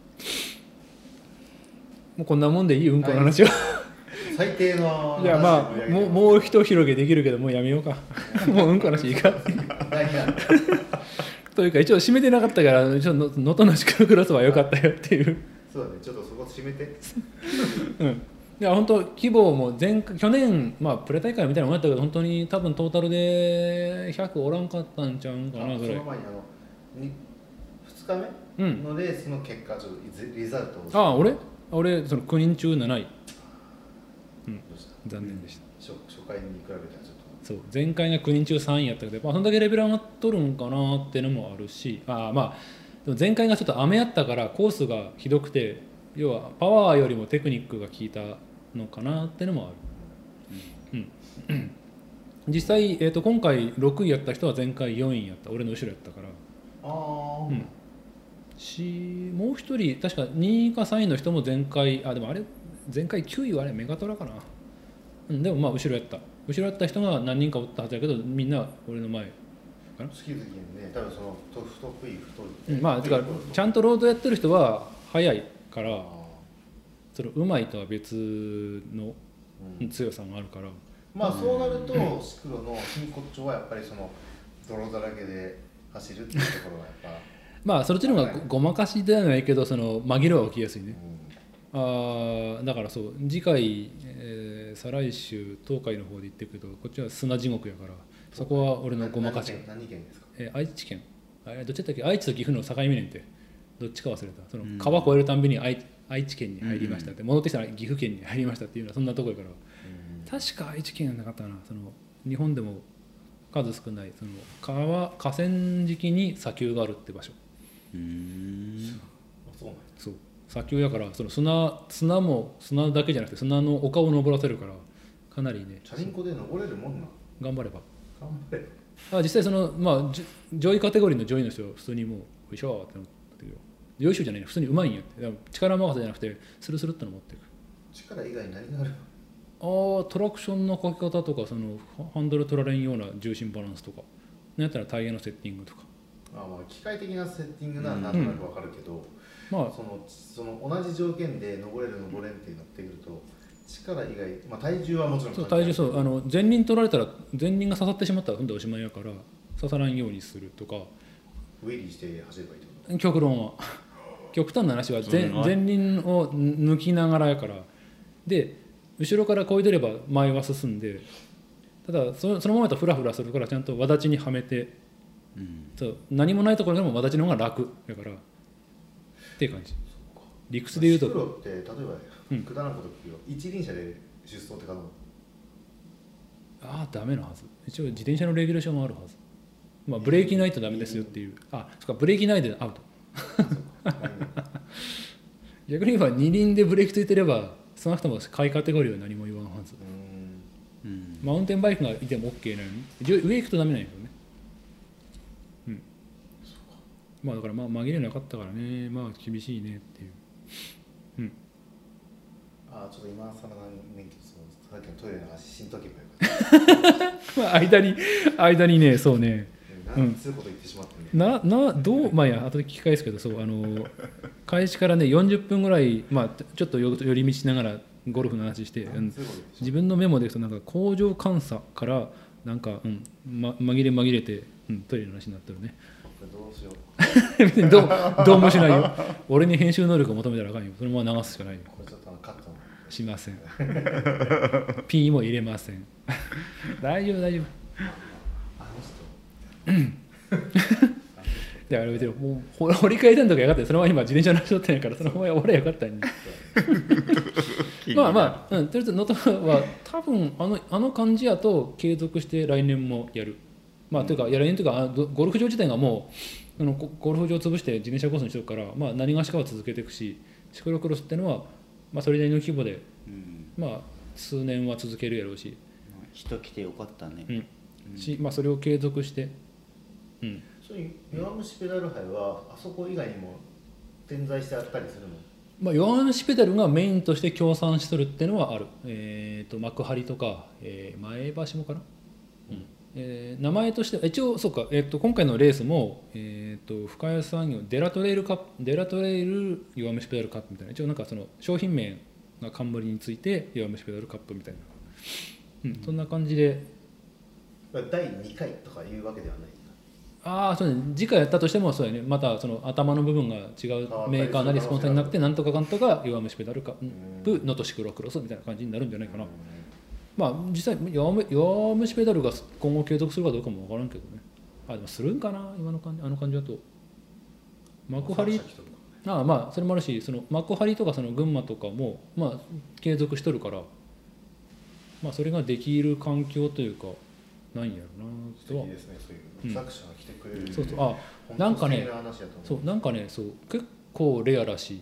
もうこんなもんでいいうんこの話は最低の。 いやもう一広げできるけどもうやめようかもううんこの話いいかというか一応締めてなかったから能登のシクロクロスは良かったよっていう。 そうだね、ちょっとそこ締めていや本当規模も去年プレ大会みたいなのもやったけど、本当に多分トータルで100おらんかったんちゃうんかなぐらい。 その前に2日目のレースの結果、ちょっとリザルトを。 俺その9人中7位。残念でした。 初回に比べたらちょっと。 そう、前回が9人中3位やったけど、そんだけレベル上がっとるんかなっていうのもあるし、でも前回がちょっと雨やったからコースがひどくて要はパワーよりもテクニックが効いたのかなってのもある、実際、今回6位やった人は前回4位やった、俺の後ろやったから。もう一人確か2位か3位の人も前回、でもあれ前回9位はあれメガトラかな、でもまあ後ろやった人が何人かおったはずやけど、みんな俺の前かな。 好き好きにね、多分その太いまあだからちゃんとロードやってる人は速いから、そのうまいとは別の強さがあるから、 まあそうなるとシクロの真骨頂はやっぱりその泥だらけで走るっていうところがやっぱまあそっちの方がごまかしではないけど、その紛れは起きやすいね、だからそう次回、再来週東海の方で行ってるけど、こっちは砂地獄やから、そこは俺のごまかし。 何県ですか？ 愛知県、どっちだったっけ、愛知と岐阜の境目ねんて、どっちか忘れた。その川越えるたんびに愛知県に入りましたって、戻ってきたら岐阜県に入りましたっていうのはそんなとこやから、確か愛知県じゃなかったかな。その日本でも数少ないその河川敷に砂丘があるって場所。そう砂丘やから、その砂も砂だけじゃなくて砂の丘を登らせるから、かなりね。 チャリンコで登れるもんな。 頑張れば。 実際その上位カテゴリーの上位の人は普通にもうよいしょってなったけど、よいしょじゃないね、普通にうまいんやって。力任せじゃなくてスルスルっと持っていく。 力以外に何がある？ トラクションのかけ方とか、そのハンドル取られんような重心バランスとか、なんやったらタイヤのセッティングとか。 まあ機械的なセッティングならなんとなくわかるけど、その同じ条件で登れる登れんってなってくると、力以外、体重はもちろん、 体重、前輪取られたら前輪が刺さってしまったら今度はおしまいやから、刺さらんようにするとか。 ウェイリーして走ればいいってこと？ 極論は極端な話は前輪を抜きながらやから、で後ろからこいでれば前は進んで、ただそのままだとフラフラするから、ちゃんとわだちにはめて、そう何もないところでもわだちの方が楽だからっていう感じ。理屈で言うと、 シクロって例えばくだらんこと聞くよ、一輪車で出走って可能？ ダメなはず。一応自転車のレギュレーションもあるはず。ブレーキないとダメですよっていう。そっか、ブレーキないでアウト。逆に言えば二輪でブレーキついてれば少なくとも下位カテゴリーは何も言わんはず。マウンテンバイクがいても OK なのに、上行くとダメなんやけどね。だから紛れなかったからね、厳しいねっていう。 ちょっと今更なんねんけど、さっきのトイレの話しんとけばよかった。 間にね、そうね。 そういうこと言ってしまってね。 どう後で聞き返すけど、そう開始からね40分ぐらい、ちょっと寄り道しながらゴルフの話して、自分のメモでなんか工場監査からなんか、紛れて、トイレの話になってるね。 どうしよう。別にどうもしないよ。俺に編集能力を求めたらあかんよ。そのまま流すしかないよ。 これちょっとカットしません。P も入れません。大丈夫。いや別にもう掘り返さんとかやがってそのまま今自転車の話取ってないから、そのまま俺はよかったんに。とりあえず能登は多分あの感じやと継続して来年もやる。というか来年というかゴルフ場自体がもうゴルフ場を潰して自転車コースにしてるから、何がしかは続けていくし、シクロクロスっていうのは、それなりの規模で、数年は続けるやろうし、 人来てよかったね。 それを継続して。 そういう弱虫ペダル杯はあそこ以外にも点在してあったりするの？ 弱虫ペダルがメインとして協賛しとるっていうのはある。幕張とか、前橋もかな。名前として一応そうか、今回のレースも、深谷産業デラトレイル弱虫ペダルカップみたいな、一応なんかその商品名が冠について弱虫ペダルカップみたいな、そんな感じで。 第2回とかいうわけではない。 そうね、次回やったとしてもそうやね、またその頭の部分が違うメーカーなりスポンサーになって、なんとかかんとか弱虫ペダルカップ能登シクロクロスみたいな感じになるんじゃないかな。実際弱虫ペダルが今後継続するかどうかも分からんけどね。でもするんかな、今の感じ、あの感じだと。幕張、それもあるし、その幕張とかその群馬とかも継続しとるから、それができる環境というかないんやろなとは。 いいですね、そういう作者が来てくれる。 なんかね、結構レアらしい。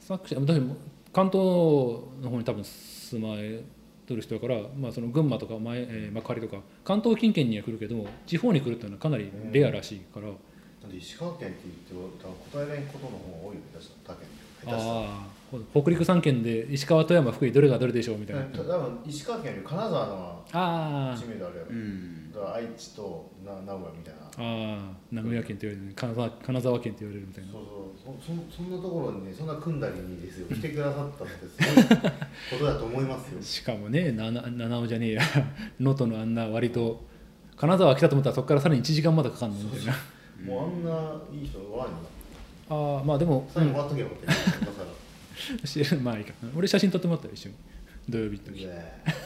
作者だって関東の方に多分住まえとる人だから、まあ、その群馬とか幕張とか関東近県には来るけど地方に来るっていうのはかなりレアらしいから、 石川県って言って答えないことの方が多いよ下手したら他県ああ北陸3県で石川富山福井どれがどれでしょうみたいな、 多分石川県より金沢のあ知名度あるやろ、だから愛知と名古屋みたいな、 名古屋県って言われる金沢県って言われるみたいな、 そんなところにねそんな組んだりにですよ来てくださったってすごいことだと思いますよしかもね七尾じゃねえや能登のあんな割と金沢来たと思ったらそこからさらに1時間までかかるのみたいなもうあんないい人おらんよまあでも最後終わっとけよってだからまあいいか俺写真撮ってもらったよ一緒に土曜日の時い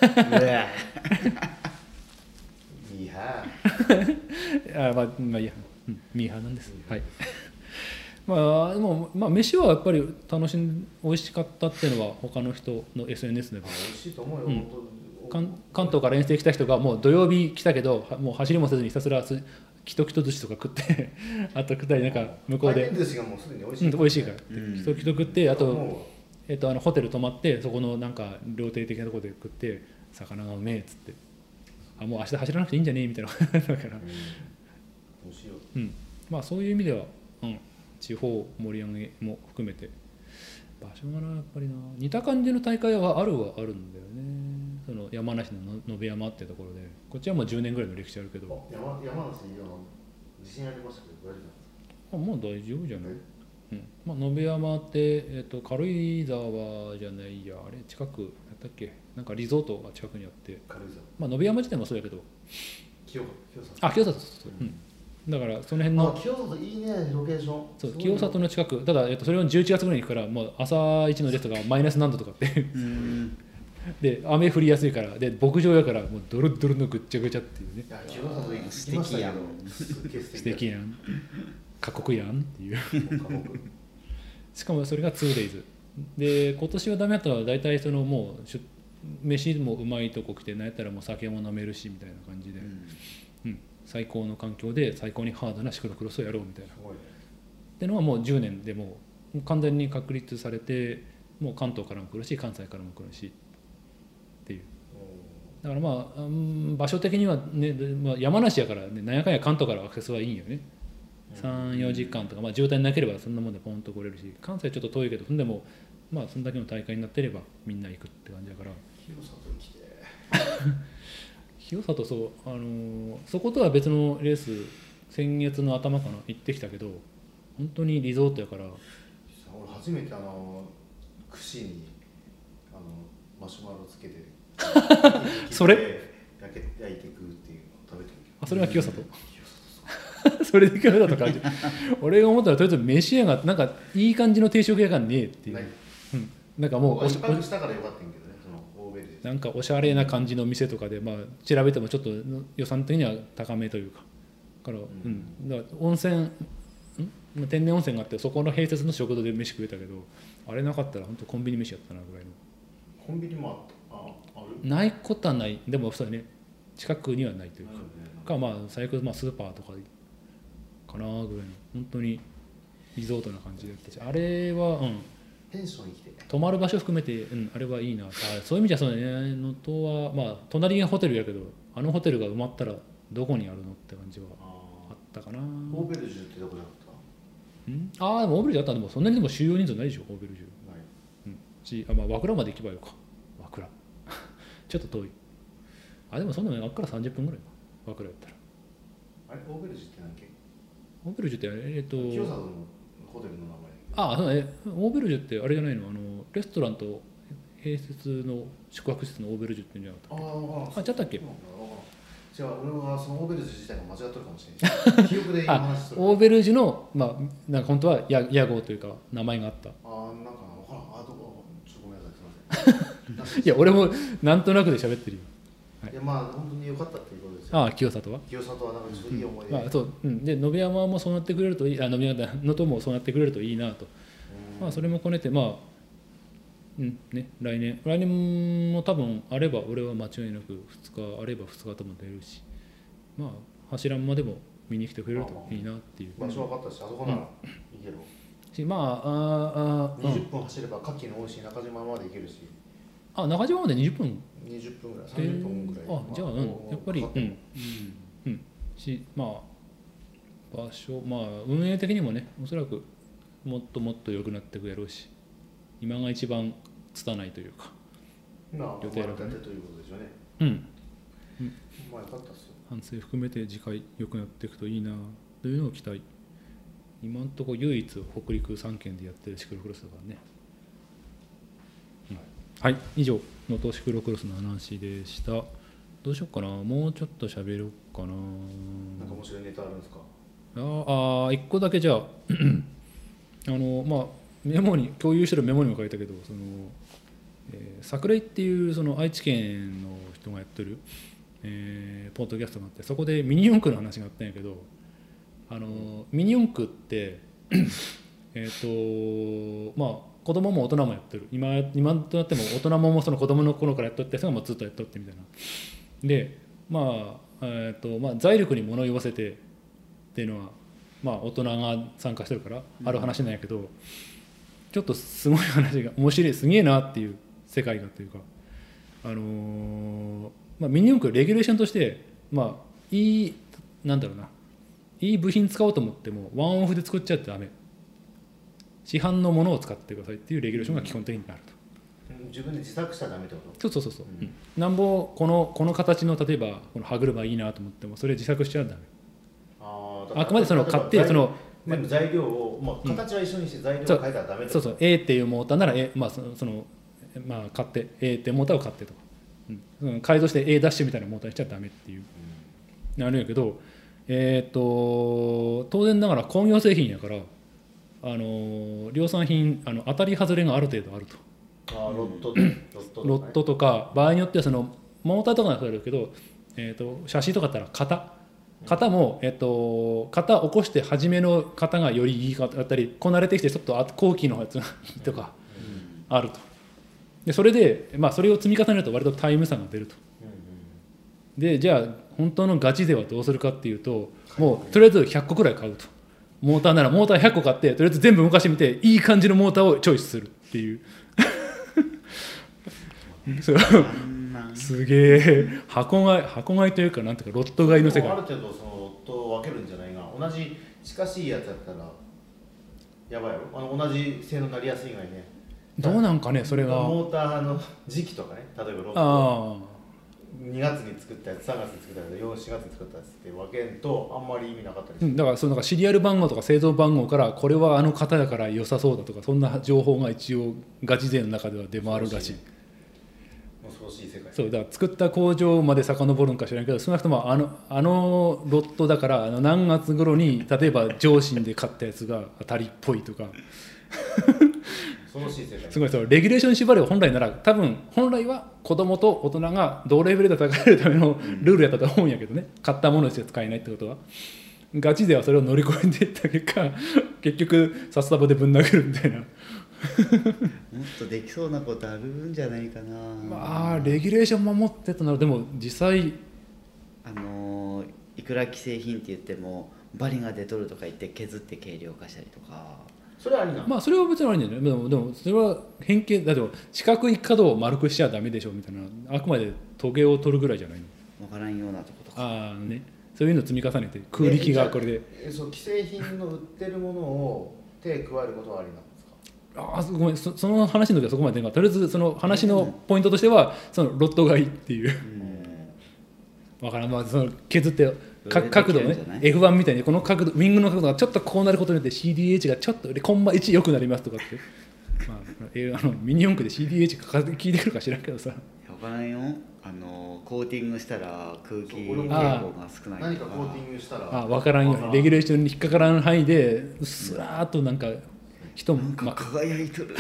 いはまあいいや、ミーハーなんです、はいまあでも飯はやっぱり美味しかったっていうのは他の人の SNS でも美味しいと思うよ、 関東から遠征来た人がもう土曜日来たけどもう走りもせずにひたすらキトキト寿司とか食ってあと食ったりなんか向こうで回転寿司がもうすでに美味しい、 美味しいからキトキト食ってあとホテル泊まってそこのなんか料亭的なところで食って魚がうめえっつってもう明日走らなくていいんじゃねえみたいなだから、 美味しいよ、 まあそういう意味では、地方盛り上げも含めて場所がなやっぱりな似た感じの大会はあるんだよね。その山梨の野辺山っていうところでこっちはもう10年ぐらいの歴史あるけど山梨自信ありましたけど大丈夫なんですか？ もう大丈夫じゃない、野辺山って、軽井沢じゃないやあれ近くやったっけなんかリゾートが近くにあって軽井沢、 野辺山自体もそうやけど清里そうだからその辺の清里いいねロケーションそう清里の近くただ、それを11月ぐらいに行くからもう朝一のレストがマイナス何度とかってで雨降りやすいからで牧場やからもうドロドロのぐっちゃぐちゃっていうね清里行素敵やん素敵やん過酷やんっていうしかもそれが 2days で今年はダメだったら大体そのもう飯もうまいとこ来てなんやったらもう酒も飲めるしみたいな感じで、最高の環境で最高にハードなシクロクロスをやろうみたいなっていうのはもう10年でもう完全に確立されてもう関東からも来るし関西からも来るしっていうだから場所的にはね、山梨やからねなんやかんや関東からアクセスはいいんよね3,4時間とか、渋滞なければそんなもんでポンと来れるし関西ちょっと遠いけどそんでもそんだけの大会になってればみんな行くって感じだから清里来て清里そことは別のレース先月の頭かな行ってきたけど本当にリゾートやから俺初めて串にマシュマロつけてそれ焼いて食うっていうのを食べてみてそれが清里それで清里感じ俺が思ったらとりあえず飯屋がなんかいい感じの定食屋がねえっていう、なんかもう一泊したからよかったんけどねその欧米でなんかおしゃれな感じの店とかで調べてもちょっと予算的には高めというかだから温泉天然温泉があってそこの併設の食堂で飯食えたけどあれなかったら本当コンビニ飯やったなぐらいのコンビニもあるないことはないでもそうだね近くにはないというか最悪スーパーとかかなぐらいの本当にリゾートな感じだったしあれはペンションに来て泊まる場所含めて、あれはいいなそういう意味じゃそうだね能登は隣がホテルやけどあのホテルが埋まったらどこにあるのって感じはあったかなオーベルジュってどこだったでもオーベルジュあったでもそんなにでも収容人数ないでしょオーベルジュ和倉まで行けばよか和倉ちょっと遠いでもそんなの和倉30分ぐらいか和倉やったらオーベルジュって何けオーベルジュって清里のホテルの名前そうねオーベルジュってあれじゃないのレストランと併設の宿泊施設のオーベルジュっていうんじゃなかったっけちゃったっけじゃあ俺はそのオーベルジュ自体が間違ってるかもしれない記憶で今話するオーベルジュのなんか本当は屋号というか名前があったなんか分からんどこちょっとごめんなさいすみませんいや俺もなんとなくで喋ってるよいや本当に良かったっていうことですよ清里は清里はなんかちょっといい思い出で野辺山もそうなってくれるといい野辺山能登もそうなってくれるといいなとそれもこねて来年も多分あれば俺は間違いなく2日あれば2日とも出るし柱までも見に来てくれるといいなっていう場所分かったしあそこならいけるしま 20分走れば夏季の大石中島まで行けるし、 中島まで20分 20分ぐらい30分ぐらい、 じゃあ、やっぱりし場所運営的にもねおそらくもっともっと良くなっていくやろうし、今が一番拙いというか予定だということでしょうね。よかったっすよ。 反省含めて次回良くなっていくといいなというのを期待。今のところ唯一北陸3県でやってるシクロクロスだからね。はい、以上能登シクロクロスの話でした。どうしようかな、もうちょっと喋ろうかな。 なんか面白いネタあるんですか。 1個だけじゃあメモに共有してるメモにも書いたけど、桜井っていうその愛知県の人がやってる、ポッドキャストがあって、そこでミニ四駆の話があったんやけど、ミニ四駆って子供も大人もやってる、今となっても大人もその子供の頃からやっとって人がもうずっとやっとってみたいなで、財力に物を言わせてっていうのは大人が参加してるからある話なんやけど、ちょっとすごい話が面白い、すげえなっていう世界がというか、ミニ四駆レギュレーションとしていい部品使おうと思ってもワンオフで作っちゃってダメ、市販のものを使ってくださいっていうレギュレーションが基本的にあると。 自分で自作したらダメってこと。 そう、なんぼこの形の例えばこの歯車いいなと思ってもそれ自作しちゃダメ。あくまでその買ってその全部材料を、形は一緒にして材料を変えたらダメってこと。 そう A っていうモーターなら 買って A っていうモーターを買ってとか、改造して A ダッシュみたいなモーターにしちゃダメっていうなるんやけど、当然ながら工業製品やから量産品当たり外れがある程度あると。 ロットとか場合によってはそのモーターとかがあるけど、シャシーとかだったら型も、型起こして初めの型がよりいいかだったり、こなれてきてちょっと後期のやつがいいとかあると。でそれで、それを積み重ねると割とタイム差が出ると。でじゃあ本当のガチではどうするかっていうと、もうとりあえず100個くらい買うと。モーターならモーター100個買ってとりあえず全部動かしてみていい感じのモーターをチョイスするっていうすげえ箱買いというかなんていうかロット買いの世界。 ある程度そのロットを分けるんじゃないが、同じ近しいやつやったらやばいよ。同じ性能になりやすい以外ね。 どうなんかね、それがモーターの時期とかね、例えばロット2月に作ったやつ3月に作ったやつ4月に作ったやつって分けんとあんまり意味なかったりする。 だからそのシリアル番号とか製造番号からこれはあの型だから良さそうだとか、そんな情報が一応ガチ勢の中では出回るらしい。 恐ろしい世界。 そうだから作った工場まで遡るんか知らんけど、少なくともあのロットだから何月頃に例えば上信で買ったやつが当たりっぽいとか恐ろしい世界。 すごい。そうレギュレーション縛りは本来なら多分本来は子供と大人が同レベルで戦えるためのルールやったと思うんやけどね、買ったものしか使えないってことは。ガチではそれを乗り越えていった結果結局札束でぶん殴るみたいなもっとできそうなことあるんじゃないかな。 レギュレーション守ってとなる。でも実際いくら既製品って言ってもバリが出とるとか言って削って軽量化したりとか、 それはありな。 それは別にありなんだよね。でもそれは変形だと四角い角を丸くしちゃダメでしょみたいな、あくまでトゲを取るぐらいじゃないの。 分からんようなとことかね、そういうのを積み重ねて空力がこれで既製品の売ってるものを手加えることはありなんですか。 ごめん、その話の時はそこまで出なかった。とりあえずその話のポイントとしてはそのロット買いっていう分からん、その削って角度ね F1 みたいにこの角度ウィングの角度がちょっとこうなることによって CDH がちょっとコンマ1良くなりますとかってミニ四駆で CDH 聞いてくるか知らんけどさ、 分からんよ。コーティングしたら空気抵抗が少ないとか、 何かコーティングしたら分からんようにレギュレーションに引っかからん範囲でうっすらーっとなんか人なんか輝いてる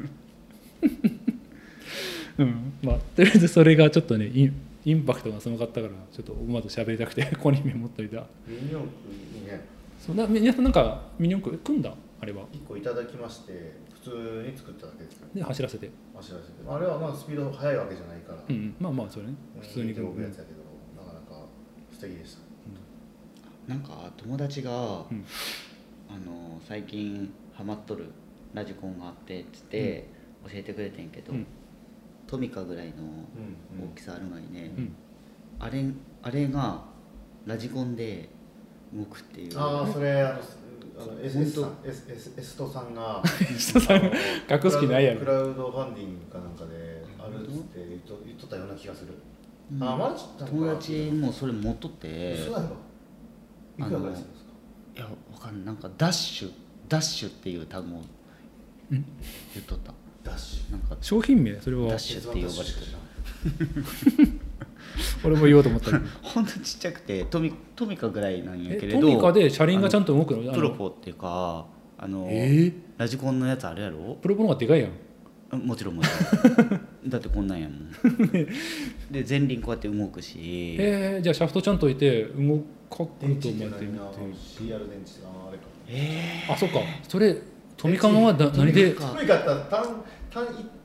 とりあえずそれがちょっとねインパクトがすごかったからちょっとまず喋りたくてここにメモっといた。 ミニ四駆にね、 皆さんなんかミニ四駆組んだあれは 1個いただきまして普通に作っただけですから、 で走らせてあれはスピード速いわけじゃないから、 それね普通に動くやつやけど、なかなか素敵でした。 なんか友達が、最近ハマっとるラジコンがあってって言って教えてくれてんけど、トミカぐらいの大きさあるがにね、あれがラジコンで動くっていう。 ああ、それエストさんが隠す気ないやろ。 クラウドファンディングかなんかであるっつって言っとったような気がする。あ、マジ？ 友達もそれ持っとって。 そうだよ。いくらぐらいするんですか？ いや、わかんない。なんかダッシュっていう単語を言っとった。 ダッシュ。 なんか商品名それはダッシュって呼ばれてる。 俺も言おうと思ったけどほんとちっちゃくてトミカぐらいなんやけれど、 トミカで車輪がちゃんと動くの？ プロポっていうかラジコンのやつあるやろ。 プロポの方がでかいやん。 もちろんだってこんなんやもんで前輪こうやって動くし、 じゃあシャフトちゃんといて動かくと思ってみて。 CR 電池あれか。 あ、そっか。それトミカは何で？ トミカって単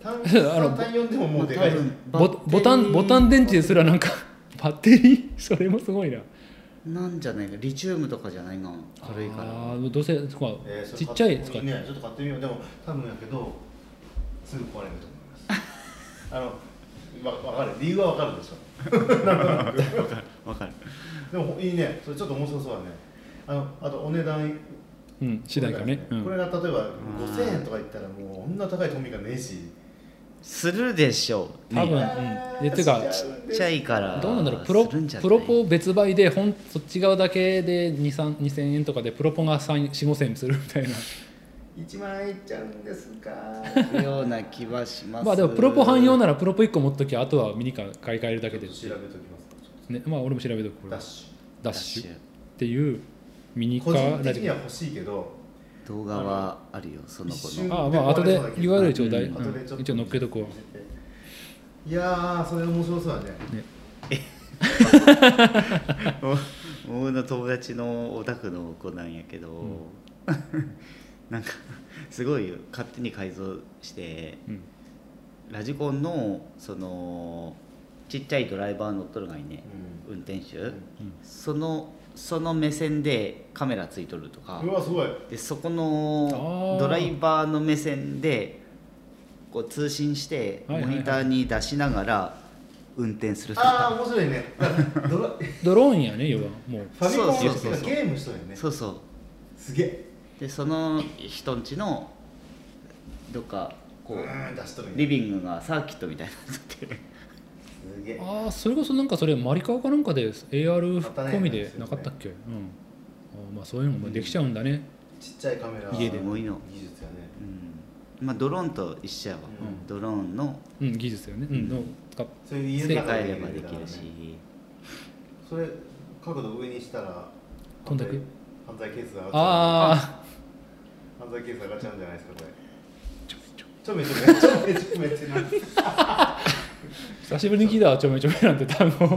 4でももうでかい。 ボタン電池ですらなんかバッテリーそれもすごいな。 なんじゃないか、リチウムとかじゃないが軽いから。 ああ、どうせそこはちっちゃい使ってね、ちょっと買ってみよう。でも多分やけどすぐ壊れると思います。分かる、理由は分かるでしょ。 分かる。 でもいいね、それちょっと面白そうだね。あとお値段次第かね。 これが例えば5000円とか言ったらもうこんな高いトミカねえし。 するでしょう、 多分。ていうかちっちゃいからどうなんだろう。プロポ別売でそっち側だけで2000円とかでプロポが4,5,000円するみたいな。 1万円いっちゃうんですかような気はします。 まあでもプロポ汎用ならプロポ1個持っときゃあとはミニカ買い替えるだけで。 調べときますね、まあ俺も調べとく。 ダッシュっていうミニカ個人的には欲しいけど。 動画はあるよ、その子の。 まあ後で URL ちょうだい。一応載っけとこう。 いやー、それ面白そうだね。 僕の友達のオタクの子なんやけど、なんかすごいよ、勝手に改造して、ラジコンのそのちっちゃいドライバー乗っとるがいね、運転手、その目線でカメラついとるとか。 うわ、すごい。 でそこのドライバーの目線でこう通信してモニターに出しながら運転するとか。 ああ、面白いね。 ドローンやね、要はもう。 ファミコンのゲームしとるよね。 そうそう。 すげえ。 でその人んちのどっかこうリリビングがサーキットみたいになってて。 ああ、それこそなんかそれマリカーかなんかで AR 込みでなかったっけ？まあそういうのもできちゃうんだね。 ちっちゃいカメラ家での技術やね。 まあドローンと一緒やわ。ドローンの技術よね。 そういう家の中でればできるし。 それ角度上にしたら飛んでく？ 犯罪ケースが犯罪ケース上がっちゃうんじゃないですかこれ。ちょめってなんて。 久しぶりに聞いたわ、ちょめちょめなんて単語。 あ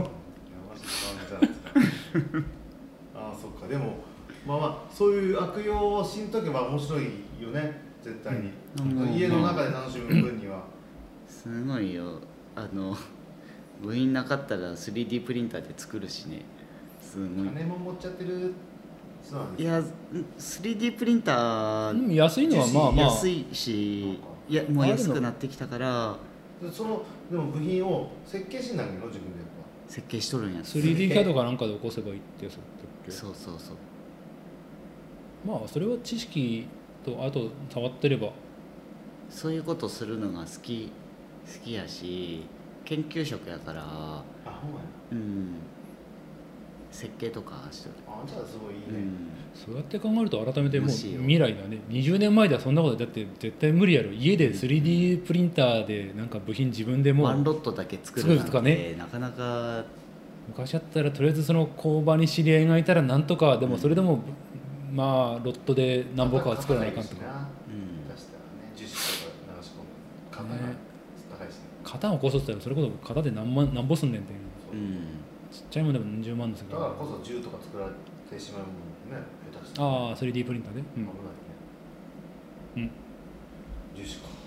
あ、そっか。でもまあそういう悪用をしんとけば面白いよね、絶対に。家の中で楽しむ分には。 すごいよ。部品なかったら 3D プリンターで作るしね。すごい。 金も持っちゃってる。 いや 3D プリンター安いのはまあまあ安いし、いやもう安くなってきたから。 でも部品を設計しないの自分でやっぱ設計しとるんや。 3D キャドかなんかで起こせばいいってやつだったっけ。 そうそうそう。 まあそれは知識とあと触ってれば。 そういうことするのが好きやし、研究職やから。 あ、ほんまやな。設計とかしてる。 あ、じゃあすごいいいね。 そうやって考えると改めてもう未来だね。20年前ではそんなことだって絶対無理やろ。家で 3D プリンターでなんか部品自分でもワンロットだけ作るなんてとかね、 なかなか。 昔だったらとりあえずその工場に知り合いがいたらなんとか、でもそれでもまあロットで何本かは作らないかんとか。 出したらね、樹脂とか流し込む。高いしね。 型を起こそうって言ったらそれこそ型で何本すんねんっていう。ちっちゃいものでも10万ですけど。 だからこそ銃とか作られてしまうもんね、下手したら。ああ、3D プリンターで。 危ないね。樹脂か。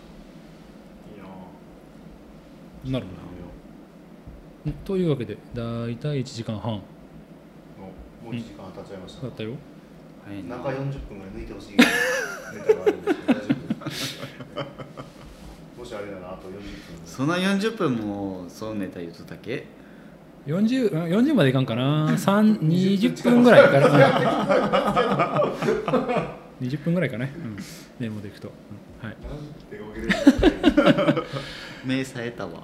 いいな。 なるほど。というわけで、だいたい1時間半。もう1時間経っちゃいました。 だったよ。 中40分ぐらい抜いてほしい。 タがあるんですけど大丈夫ですもしあれならあと40分そんな40分もそのネタ言うとったっけ 40までいかんかな20分ぐらいかな20分ぐらいかね、メモでいくと、はい、 目さえたわ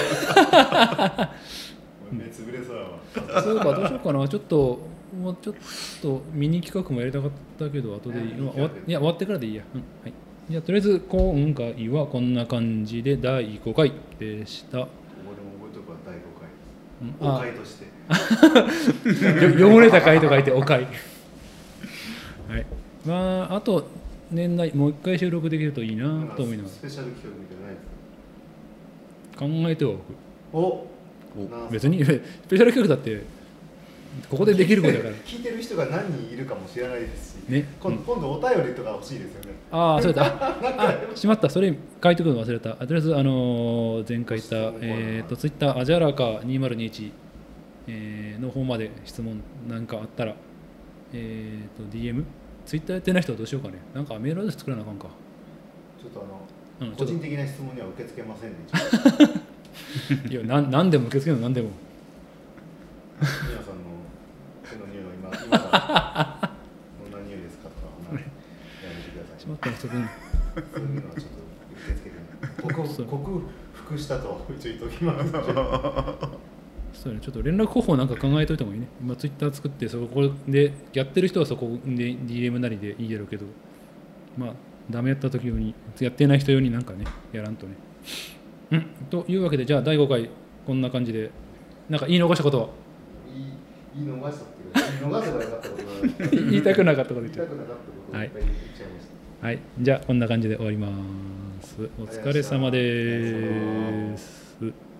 目つぶれそうやわそうかどうしようかなもうちょっとミニ企画もやりたかったけど後で終わってからでいいや、はい、じゃあとりあえず今回はこんな感じで第5回でした。 俺も覚えとくわ第5回、お回として汚れた回と書いてお回はいまああと年内もう一回収録できるといいなと思います。 スペシャル企画みたいなないですか？ 考えておく。 お別にスペシャル企画だってここでできることだから聞いてる人が何人いるかもしれないですし、 ね、 今度お便りとか欲しいですよね。 ああそうだしまったそれ書いておくの忘れた。とりあえず前回言ったツイッターアジャラカ2021、の方まで質問なんかあったらDM ツイッターやってない人はどうしようかね。なんかメールアドレス作らなあかんか。 ちょっと個人的な質問には受け付けませんね。 いや何でも受け付けるの何でも。 皆さんの手の匂いが今からどんな匂いですかとかやめてください。 しまったそこに。 そういうのはちょっと受け付けて克服したと一応言っときます。 そうね、ちょっと連絡方法なんか考えといた方がいいね。今ツイッター作ってそこでやってる人はそこで DM なりでいいやろうけど、まあダメやった時用にやってない人用になんかねやらんとね。というわけでじゃあ第5回こんな感じでなんか言い逃したことは言い逃したっていうか言い逃せばよかったことが言いたくなかったこと言っちゃう。 はい、 はい、じゃあこんな感じで終わります。お疲れ様です。